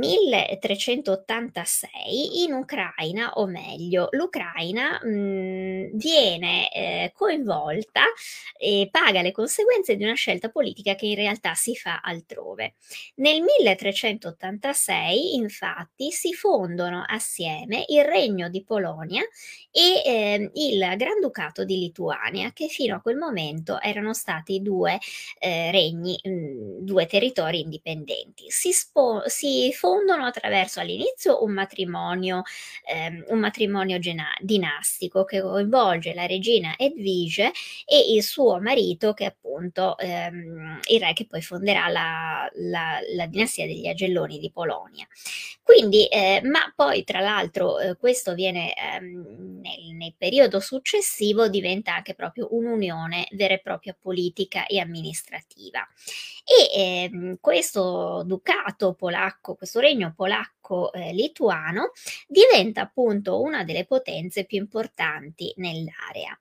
milletrecentottantasei in Ucraina, o meglio l'Ucraina, mhmm, viene, ehm, coinvolta e paga le conseguenze di una scelta politica che in realtà si fa altrove. Nel milletrecentottantasei infatti si fondono assieme il Regno di Polonia e, ehm, il Granducato di Lituania, che fino a quel momento erano stati due, ehm, regni, mhmm, due territori indipendenti. Si spo si fondono attraverso all'inizio un matrimonio ehm, un matrimonio gena dinastico che coinvolge la regina Edvige e il suo marito che è appunto, ehm, il re che poi fonderà la la la dinastia degli Agelloni di Polonia. Quindi, ehm, ma poi tra l'altro, ehm, questo viene, ehm, nel nel periodo successivo diventa anche proprio un'unione vera e propria politica e amministrativa. E, ehm, questo ducato polacco, questo regno polacco, ehm, lituano, diventa appunto una delle potenze più importanti nell'area.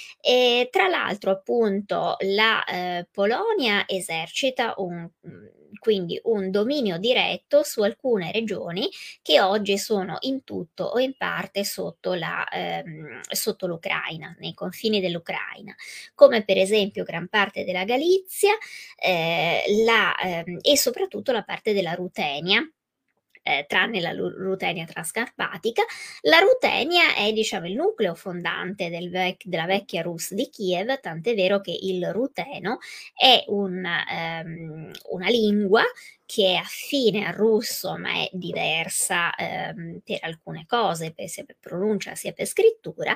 E tra l'altro appunto la, ehm, Polonia esercita un mhmm, quindi un dominio diretto su alcune regioni che oggi sono in tutto o in parte sotto la ehm, sotto l'Ucraina, nei confini dell'Ucraina, come per esempio gran parte della Galizia, ehm, la ehm, e soprattutto la parte della Rutenia, ehm, tranne la Lu Rutenia transcarpatica. La Rutenia è diciamo il nucleo fondante del vec della vecchia Rus di Kiev, tant'è vero che il ruteno è un ehm, una lingua che è affine al russo, ma è diversa, ehm, per alcune cose, pe sia per pronuncia sia per scrittura,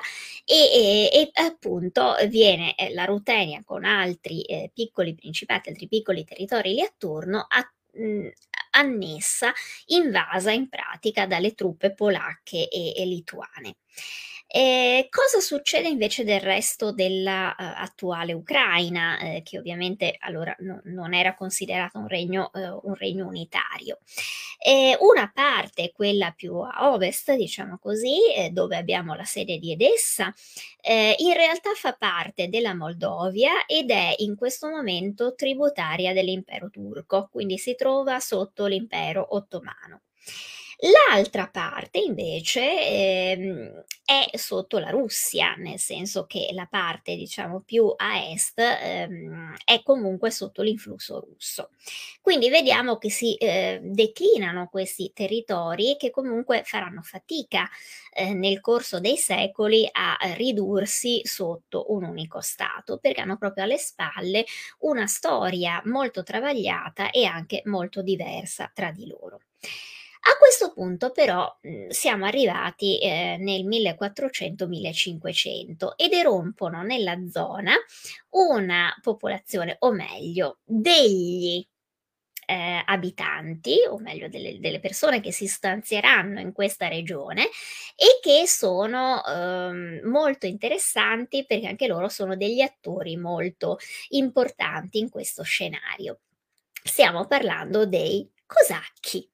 e e e appunto viene, ehm, la Rutenia con altri, ehm, piccoli principati, altri piccoli territori lì attorno a mhmm, annessa, invasa in pratica dalle truppe polacche e e lituane. Ehm, cosa succede invece del resto della, uhm, attuale Ucraina, ehm, che ovviamente allora no non era considerato un regno uhm, un regno unitario. Ehm, una parte, quella più a ovest, diciamo così, ehm, dove abbiamo la sede di Edessa, ehm, in realtà fa parte della Moldovia ed è in questo momento tributaria dell'impero turco, quindi si trova sotto l'impero ottomano. L'altra parte invece, ehm, è sotto la Russia, nel senso che la parte diciamo più a est, ehm, è comunque sotto l'influsso russo. Quindi vediamo che si, ehm, declinano questi territori che comunque faranno fatica, ehm, nel corso dei secoli a ridursi sotto un unico stato, perché hanno proprio alle spalle una storia molto travagliata e anche molto diversa tra di loro. A questo punto però, mhmm, siamo arrivati, ehm, nel millequattrocento, millecinquecento ed erompono nella zona una popolazione, o meglio degli, ehm, abitanti, o meglio delle delle persone che si stanzieranno in questa regione e che sono, uhm, molto interessanti perché anche loro sono degli attori molto importanti in questo scenario. Stiamo parlando dei cosacchi.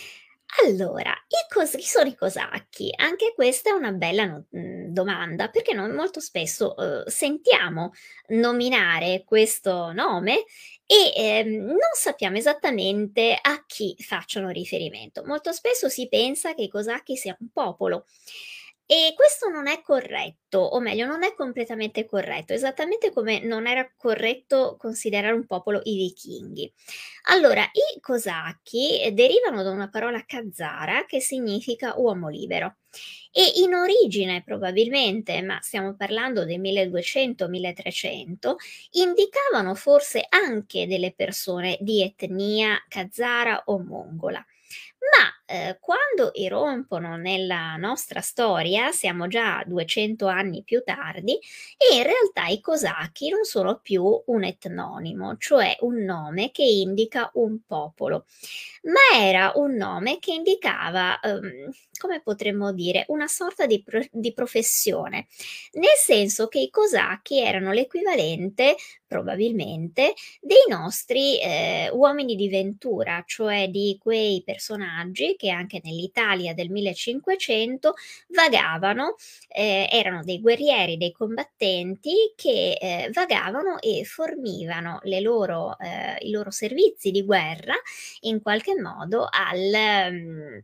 Allora, i cos chi sono i cosacchi? Anche questa è una bella no mhmm, domanda, perché noi molto spesso, uhm, sentiamo nominare questo nome e, ehm, non sappiamo esattamente a chi facciano riferimento. Molto spesso si pensa che i cosacchi sia un popolo E questo non è corretto, o meglio non è completamente corretto, esattamente come non era corretto considerare un popolo i vichinghi. Allora, i cosacchi, ehm, derivano da una parola khazara che significa uomo libero e in origine probabilmente, ma stiamo parlando del milleduecento, milletrecento, indicavano forse anche delle persone di etnia khazara o mongola. Ma, ehm, quando irompono nella nostra storia, siamo già a duecento anni più tardi, e in realtà i cosacchi non sono più un etnonimo, cioè un nome che indica un popolo, ma era un nome che indicava, uhm, come potremmo dire, una sorta di pro di professione, nel senso che i cosacchi erano l'equivalente, probabilmente, dei nostri, ehm, uomini di ventura, cioè di quei personaggi che anche nell'Italia del millecinquecento vagavano, ehm, erano dei guerrieri, dei combattenti che, ehm, vagavano e fornivano le loro ehm, i loro servizi di guerra in qualche modo al mhmm,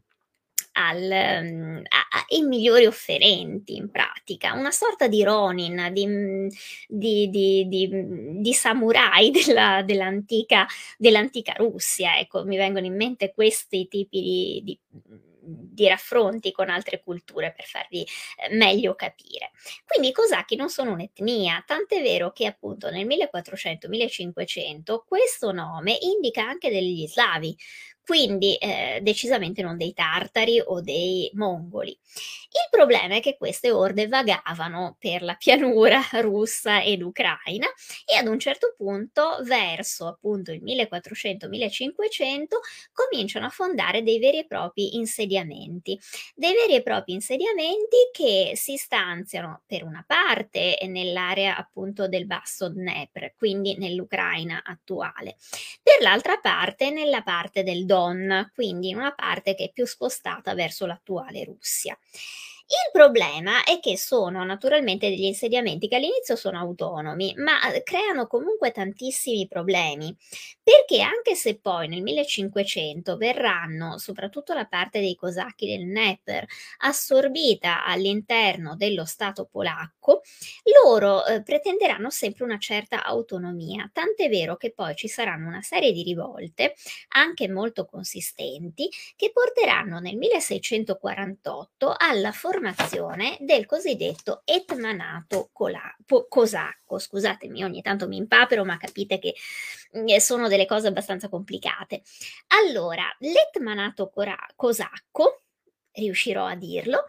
al mhmm, a a ai migliori offerenti in pratica, una sorta di ronin, di mhmm, di di di mhmm, di samurai della dell'antica dell'antica Russia, ecco. Mi vengono in mente questi tipi di di mhmm, di raffronti con altre culture per farvi, ehm, meglio capire. Quindi i cosacchi non sono un'etnia, tant'è vero che appunto nel millequattrocento, millecinquecento questo nome indica anche degli slavi, quindi, ehm, decisamente non dei tartari o dei mongoli. Il problema è che queste orde vagavano per la pianura russa ed ucraina e ad un certo punto, verso appunto il millequattrocento, millecinquecento, cominciano a fondare dei veri e propri insediamenti. Dei veri e propri insediamenti che si stanziano per una parte nell'area appunto del basso Dnepr, quindi nell'Ucraina attuale, per l'altra parte nella parte del Don, quindi in una parte che è più spostata verso l'attuale Russia. Il problema è che sono naturalmente degli insediamenti che all'inizio sono autonomi, ma eh, creano comunque tantissimi problemi, perché anche se poi nel millecinquecento verranno, soprattutto la parte dei cosacchi del Dnepr, assorbita all'interno dello Stato polacco, loro, ehm, pretenderanno sempre una certa autonomia, tant'è vero che poi ci saranno una serie di rivolte, anche molto consistenti, che porteranno nel milleseicentoquarantotto alla formazione del cosiddetto Etmanato cola po cosacco. Scusatemi, ogni tanto mi impapero, ma capite che, mhmm, sono delle cose abbastanza complicate. Allora, l'Etmanato cora cosacco, riuscirò a dirlo,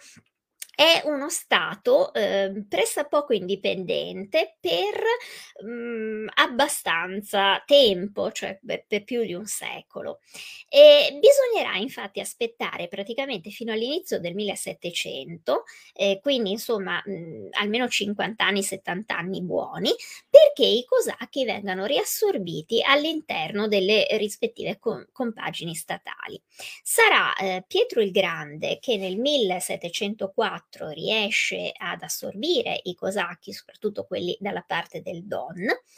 è uno stato, uhm, pressappoco indipendente per, mhmm, abbastanza tempo, cioè pe per più di un secolo. E bisognerà infatti aspettare praticamente fino all'inizio del millesettecento, ehm, quindi insomma, mhmm, almeno cinquanta anni, settanta anni buoni, perché i cosacchi vengano riassorbiti all'interno delle rispettive com compagini statali. Sarà, ehm, Pietro il Grande che nel millesettecentoquattro riesce ad assorbire i cosacchi, soprattutto quelli dalla parte del Don,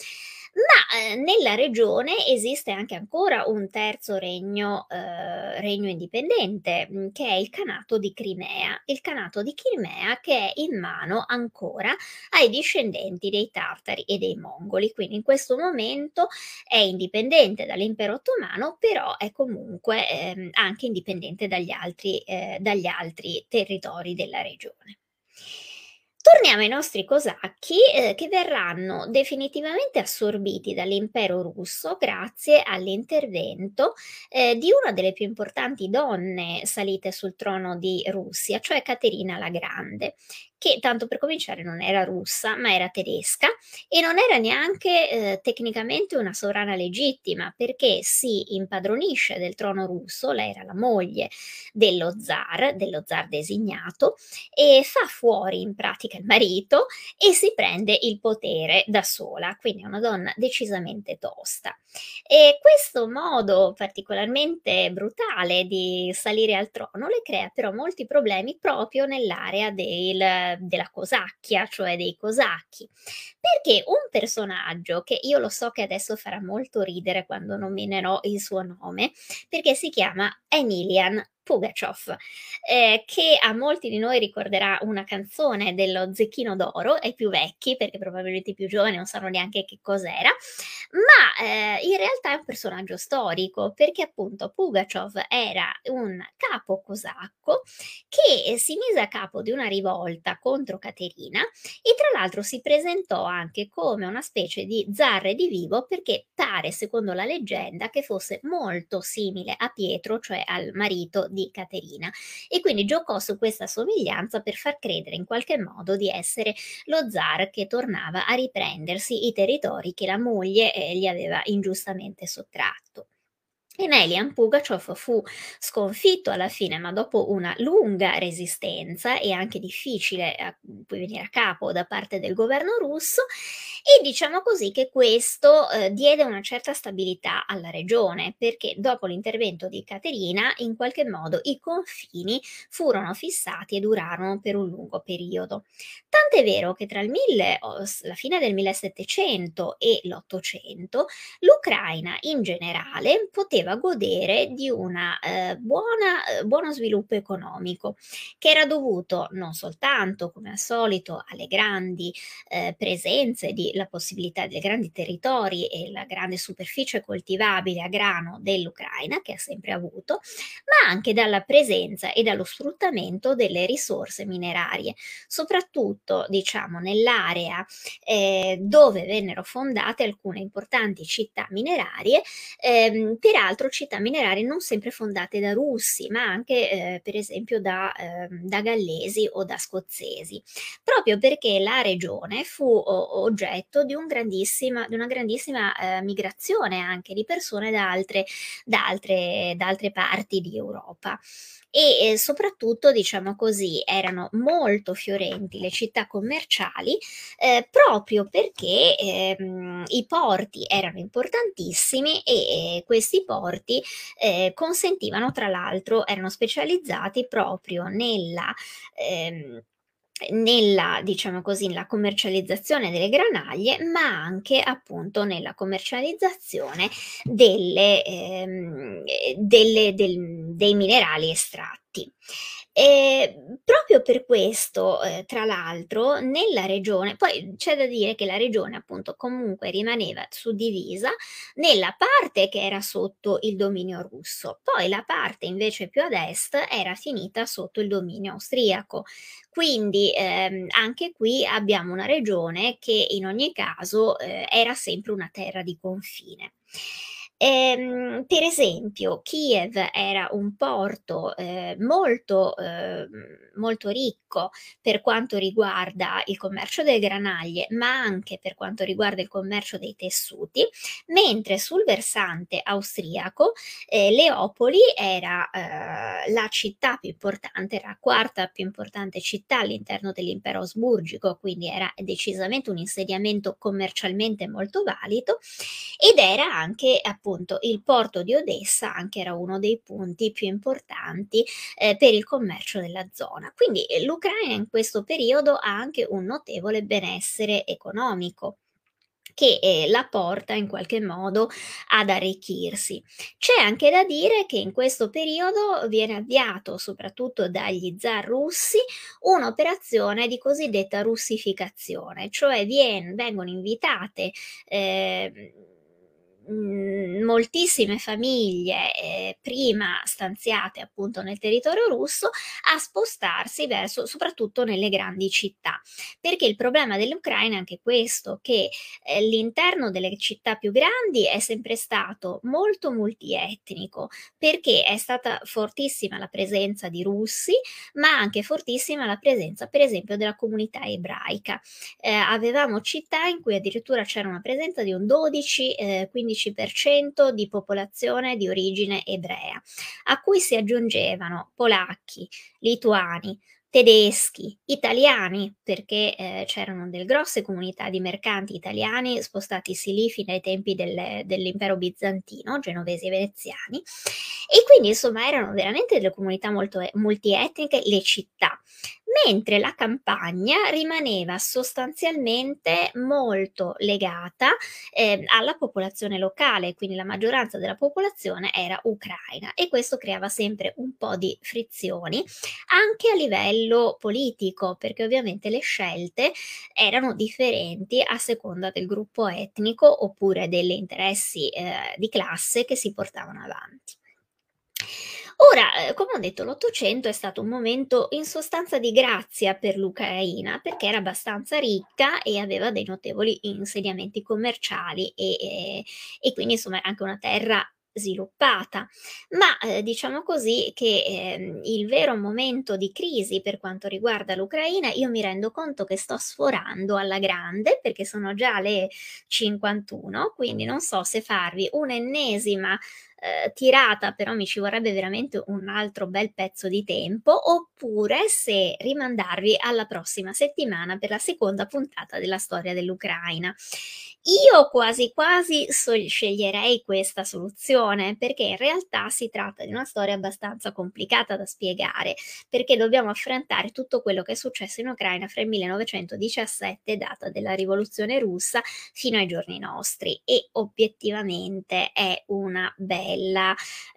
ma, ehm, nella regione esiste anche ancora un terzo regno ehm, regno indipendente, mhmm, che è il Khanato di Crimea. Il Khanato di Crimea che è in mano ancora ai discendenti dei tartari e dei mongoli, quindi in questo momento è indipendente dall'impero ottomano, però è comunque, ehm, anche indipendente dagli altri ehm, dagli altri territori della regione. Torniamo ai nostri cosacchi, ehm, che verranno definitivamente assorbiti dall'impero russo grazie all'intervento, ehm, di una delle più importanti donne salite sul trono di Russia, cioè Caterina la Grande, che tanto per cominciare non era russa, ma era tedesca e non era neanche, ehm, tecnicamente una sovrana legittima, perché si impadronisce del trono russo, lei era la moglie dello zar, dello zar designato, e fa fuori in pratica il marito e si prende il potere da sola, quindi è una donna decisamente tosta. E questo modo particolarmente brutale di salire al trono le crea però molti problemi proprio nell'area del della cosacchia, cioè dei cosacchi, perché un personaggio che io lo so che adesso farà molto ridere quando nominerò il suo nome, perché si chiama Emilian Pugačov, ehm, che a molti di noi ricorderà una canzone dello Zecchino d'Oro, ai più vecchi, perché probabilmente i più giovani non sanno neanche che cos'era, ma, ehm, in realtà è un personaggio storico, perché appunto Pugačov era un capo cosacco che si mise a capo di una rivolta contro Caterina e tra l'altro si presentò anche come una specie di zar redivivo perché pare, secondo la leggenda, che fosse molto simile a Pietro, cioè al marito di Caterina, e quindi giocò su questa somiglianza per far credere in qualche modo di essere lo zar che tornava a riprendersi i territori che la moglie eh, gli aveva ingiustamente sottratto. Emelian Pugačov fu sconfitto alla fine, ma dopo una lunga resistenza e anche difficile a cui venire a capo da parte del governo russo, e diciamo così che questo eh, diede una certa stabilità alla regione, perché dopo l'intervento di Caterina in qualche modo i confini furono fissati e durarono per un lungo periodo. Tant'è vero che tra il mille, o s- la fine del millesettecento e l'Ottocento l'Ucraina in generale poteva godere di una eh, buona, eh, buono sviluppo economico, che era dovuto non soltanto, come al solito, alle grandi eh, presenze, di, la possibilità dei grandi territori e la grande superficie coltivabile a grano dell'Ucraina, che ha sempre avuto, ma anche dalla presenza e dallo sfruttamento delle risorse minerarie, soprattutto diciamo nell'area eh, dove vennero fondate alcune importanti città minerarie, ehm, peraltro città minerarie non sempre fondate da russi, ma anche eh, per esempio da, ehm, da gallesi o da scozzesi, proprio perché la regione fu o- oggetto di, un grandissima, di una grandissima eh, migrazione anche di persone da altre, da altre, da altre parti di Europa. E eh, soprattutto, diciamo così, erano molto fiorenti le città commerciali eh, proprio perché ehm, i porti erano importantissimi e eh, questi porti eh, consentivano, tra l'altro, erano specializzati proprio nella ehm, nella, diciamo così, nella commercializzazione delle granaglie, ma anche appunto nella commercializzazione delle, ehm, eh, delle- del- dei minerali estratti. E proprio per questo, eh, tra l'altro, nella regione, poi c'è da dire che la regione appunto comunque rimaneva suddivisa nella parte che era sotto il dominio russo, poi la parte invece più ad est era finita sotto il dominio austriaco. Quindi ehm, anche qui abbiamo una regione che in ogni caso eh, era sempre una terra di confine. Ehm, per esempio, Kiev era un porto eh, molto, ehm, molto ricco per quanto riguarda il commercio delle granaglie, ma anche per quanto riguarda il commercio dei tessuti, mentre sul versante austriaco eh, Leopoli era eh, la città più importante, era la quarta più importante città all'interno dell'impero asburgico, quindi era decisamente un insediamento commercialmente molto valido ed era anche appunto il porto di Odessa, anche era uno dei punti più importanti eh, per il commercio della zona. Quindi eh, l'Ucraina in questo periodo ha anche un notevole benessere economico che eh, la porta in qualche modo ad arricchirsi. C'è anche da dire che in questo periodo viene avviato, soprattutto dagli zar russi, un'operazione di cosiddetta russificazione, cioè vien- vengono invitate eh, mh, moltissime famiglie eh, prima stanziate appunto nel territorio russo a spostarsi verso soprattutto nelle grandi città, perché il problema dell'Ucraina è anche questo, che eh, l'interno delle città più grandi è sempre stato molto multietnico, perché è stata fortissima la presenza di russi, ma anche fortissima la presenza, per esempio, della comunità ebraica. Eh, avevamo città in cui addirittura c'era una presenza di un dodici-quindici per cento di popolazione di origine ebrea, a cui si aggiungevano polacchi, lituani, tedeschi, italiani, perché eh, c'erano delle grosse comunità di mercanti italiani spostatisi lì fino ai tempi del- dell'impero bizantino, genovesi e veneziani, e quindi insomma erano veramente delle comunità molto multietniche, le città. mentre la campagna rimaneva sostanzialmente molto legata, ehm, alla popolazione locale, quindi la maggioranza della popolazione era ucraina e questo creava sempre un po' di frizioni, anche a livello politico, perché ovviamente le scelte erano differenti a seconda del gruppo etnico oppure degli interessi, ehm, di classe che si portavano avanti. Ora, ehm, come ho detto, l'Ottocento è stato un momento in sostanza di grazia per l'Ucraina, perché era abbastanza ricca e aveva dei notevoli insediamenti commerciali e ehm, e quindi insomma era anche una terra sviluppata. Ma, ehm, diciamo così che, ehm, il vero momento di crisi per quanto riguarda l'Ucraina, io mi rendo conto che sto sforando alla grande, perché sono già le cinquantuno, quindi non so se farvi un'ennesima ehm, tirata, però mi ci vorrebbe veramente un altro bel pezzo di tempo, oppure se rimandarvi alla prossima settimana per la seconda puntata della storia dell'Ucraina. Io quasi quasi sol sceglierei questa soluzione, perché in realtà si tratta di una storia abbastanza complicata da spiegare, perché dobbiamo affrontare tutto quello che è successo in Ucraina fra il millenovecentodiciassette, data della rivoluzione russa, fino ai giorni nostri e obiettivamente è una bella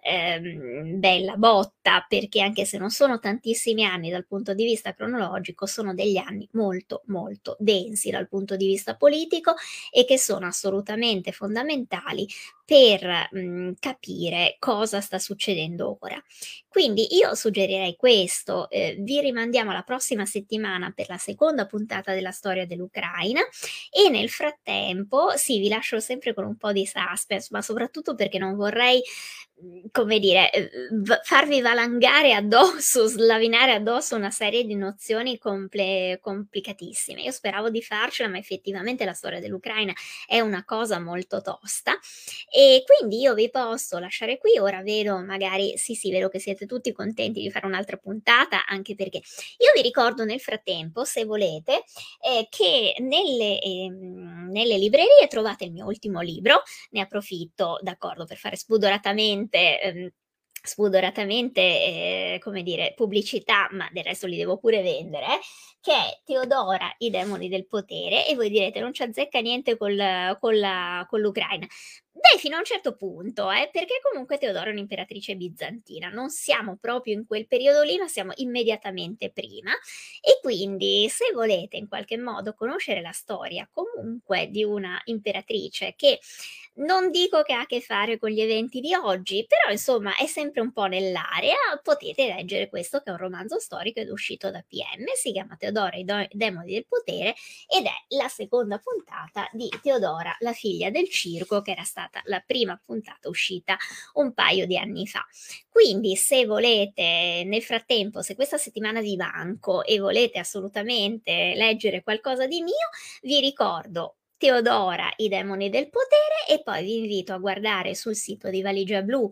ehm, bella botta, perché anche se non sono tantissimi anni dal punto di vista cronologico, sono degli anni molto, molto densi dal punto di vista politico e che sono assolutamente fondamentali per, mhmm, capire cosa sta succedendo ora. Quindi io suggerirei questo, ehm, vi rimandiamo alla prossima settimana per la seconda puntata della storia dell'Ucraina e nel frattempo sì, vi lascio sempre con un po' di suspense, ma soprattutto perché non vorrei, mhmm, come dire, uhm, v farvi valangare addosso, slavinare addosso una serie di nozioni comple complicatissime. Io speravo di farcela, ma effettivamente la storia dell'Ucraina è una cosa molto tosta e quindi io vi posso lasciare qui. Ora vedo magari sì, sì, vedo che siete tutti contenti di fare un'altra puntata, anche perché io vi ricordo nel frattempo, se volete, ehm, che nelle ehm, nelle librerie trovate il mio ultimo libro, ne approfitto, d'accordo, per fare spudoratamente ehm, spudoratamente, ehm, come dire, pubblicità, ma del resto li devo pure vendere, eh, che è Teodora, i demoni del potere e voi direte: "Non c'azzecca niente col con la con l'Ucraina". Beh, fino a un certo punto, eh, perché comunque Teodora è un'imperatrice bizantina, non siamo proprio in quel periodo lì, ma siamo immediatamente prima e quindi se volete in qualche modo conoscere la storia comunque di una imperatrice che non dico che ha a che fare con gli eventi di oggi, però insomma è sempre un po' nell'area, potete leggere questo che è un romanzo storico ed è uscito da P M, si chiama Teodora i do- demoni del potere ed è la seconda puntata di Teodora, la figlia del circo, che era stata la prima puntata uscita un paio di anni fa. Quindi se volete, nel frattempo, se questa settimana vi manco e volete assolutamente leggere qualcosa di mio, vi ricordo Teodora, i demoni del potere e poi vi invito a guardare sul sito di Valigia Blu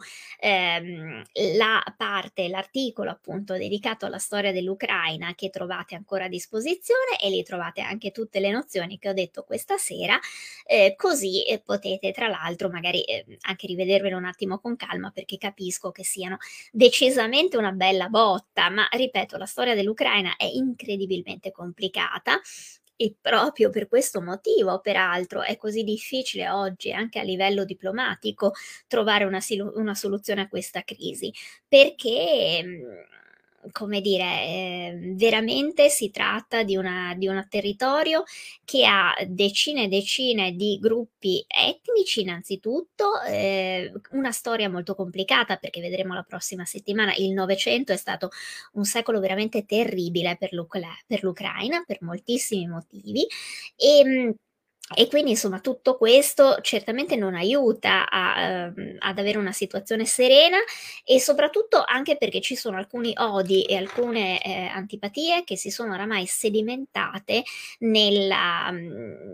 ehm, la parte, l'articolo appunto dedicato alla storia dell'Ucraina che trovate ancora a disposizione e lì trovate anche tutte le nozioni che ho detto questa sera, eh, così eh, potete tra l'altro magari eh, anche rivedervelo un attimo con calma perché capisco che siano decisamente una bella botta, ma ripeto, la storia dell'Ucraina è incredibilmente complicata e proprio per questo motivo, peraltro, è così difficile oggi, anche a livello diplomatico, trovare una silu una soluzione a questa crisi, perché, mhmm, come dire, ehm, veramente si tratta di una di un territorio che ha decine e decine di gruppi etnici innanzitutto, ehm, una storia molto complicata, perché vedremo la prossima settimana, il Novecento è stato un secolo veramente terribile per l'Ucla per l'Ucraina, per moltissimi motivi. Ehm, e quindi insomma tutto questo certamente non aiuta a uhm, ad avere una situazione serena e soprattutto anche perché ci sono alcuni odi e alcune, ehm, antipatie che si sono oramai sedimentate nella mhmm,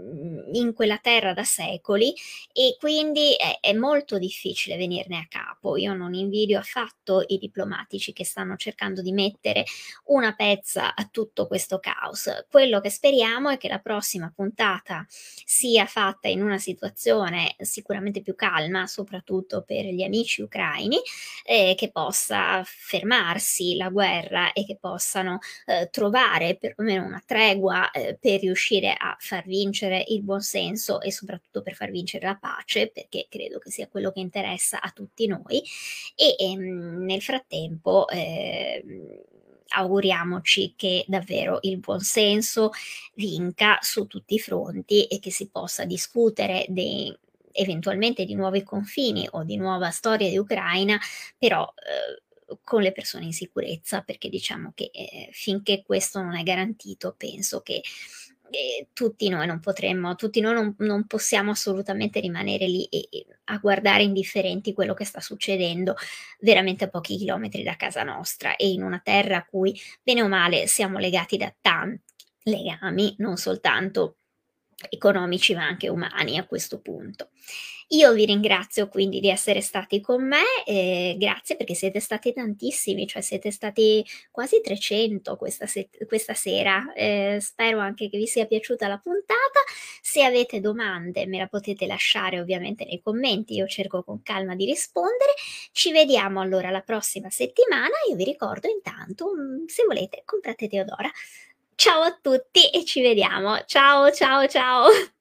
in quella terra da secoli e quindi è è molto difficile venirne a capo. Io non invidio affatto i diplomatici che stanno cercando di mettere una pezza a tutto questo caos. Quello che speriamo è che la prossima puntata sia fatta in una situazione sicuramente più calma, soprattutto per gli amici ucraini, ehm, che possa fermarsi la guerra e che possano, uhm, trovare perlomeno una tregua, ehm, per riuscire a far vincere il buon senso e soprattutto per far vincere la pace, perché credo che sia quello che interessa a tutti noi e, ehm, nel frattempo, ehm, auguriamoci che davvero il buon senso vinca su tutti i fronti e che si possa discutere de eventualmente di nuovi confini o di nuova storia di Ucraina, però, uhm, con le persone in sicurezza, perché diciamo che, ehm, finché questo non è garantito penso che, ehm, tutti noi non potremmo tutti noi non non possiamo assolutamente rimanere lì e e a guardare indifferenti quello che sta succedendo veramente a pochi chilometri da casa nostra e in una terra a cui bene o male siamo legati da tanti legami, non soltanto economici ma anche umani a questo punto. Io vi ringrazio quindi di essere stati con me, ehm, grazie perché siete stati tantissimi, cioè siete stati quasi trecento questa set questa sera. Ehm, spero anche che vi sia piaciuta la puntata. Se avete domande me la potete lasciare ovviamente nei commenti, io cerco con calma di rispondere. Ci vediamo allora la prossima settimana. Io vi ricordo intanto, mhmm, se volete comprate Teodora. Ciao a tutti e ci vediamo. Ciao, ciao, ciao.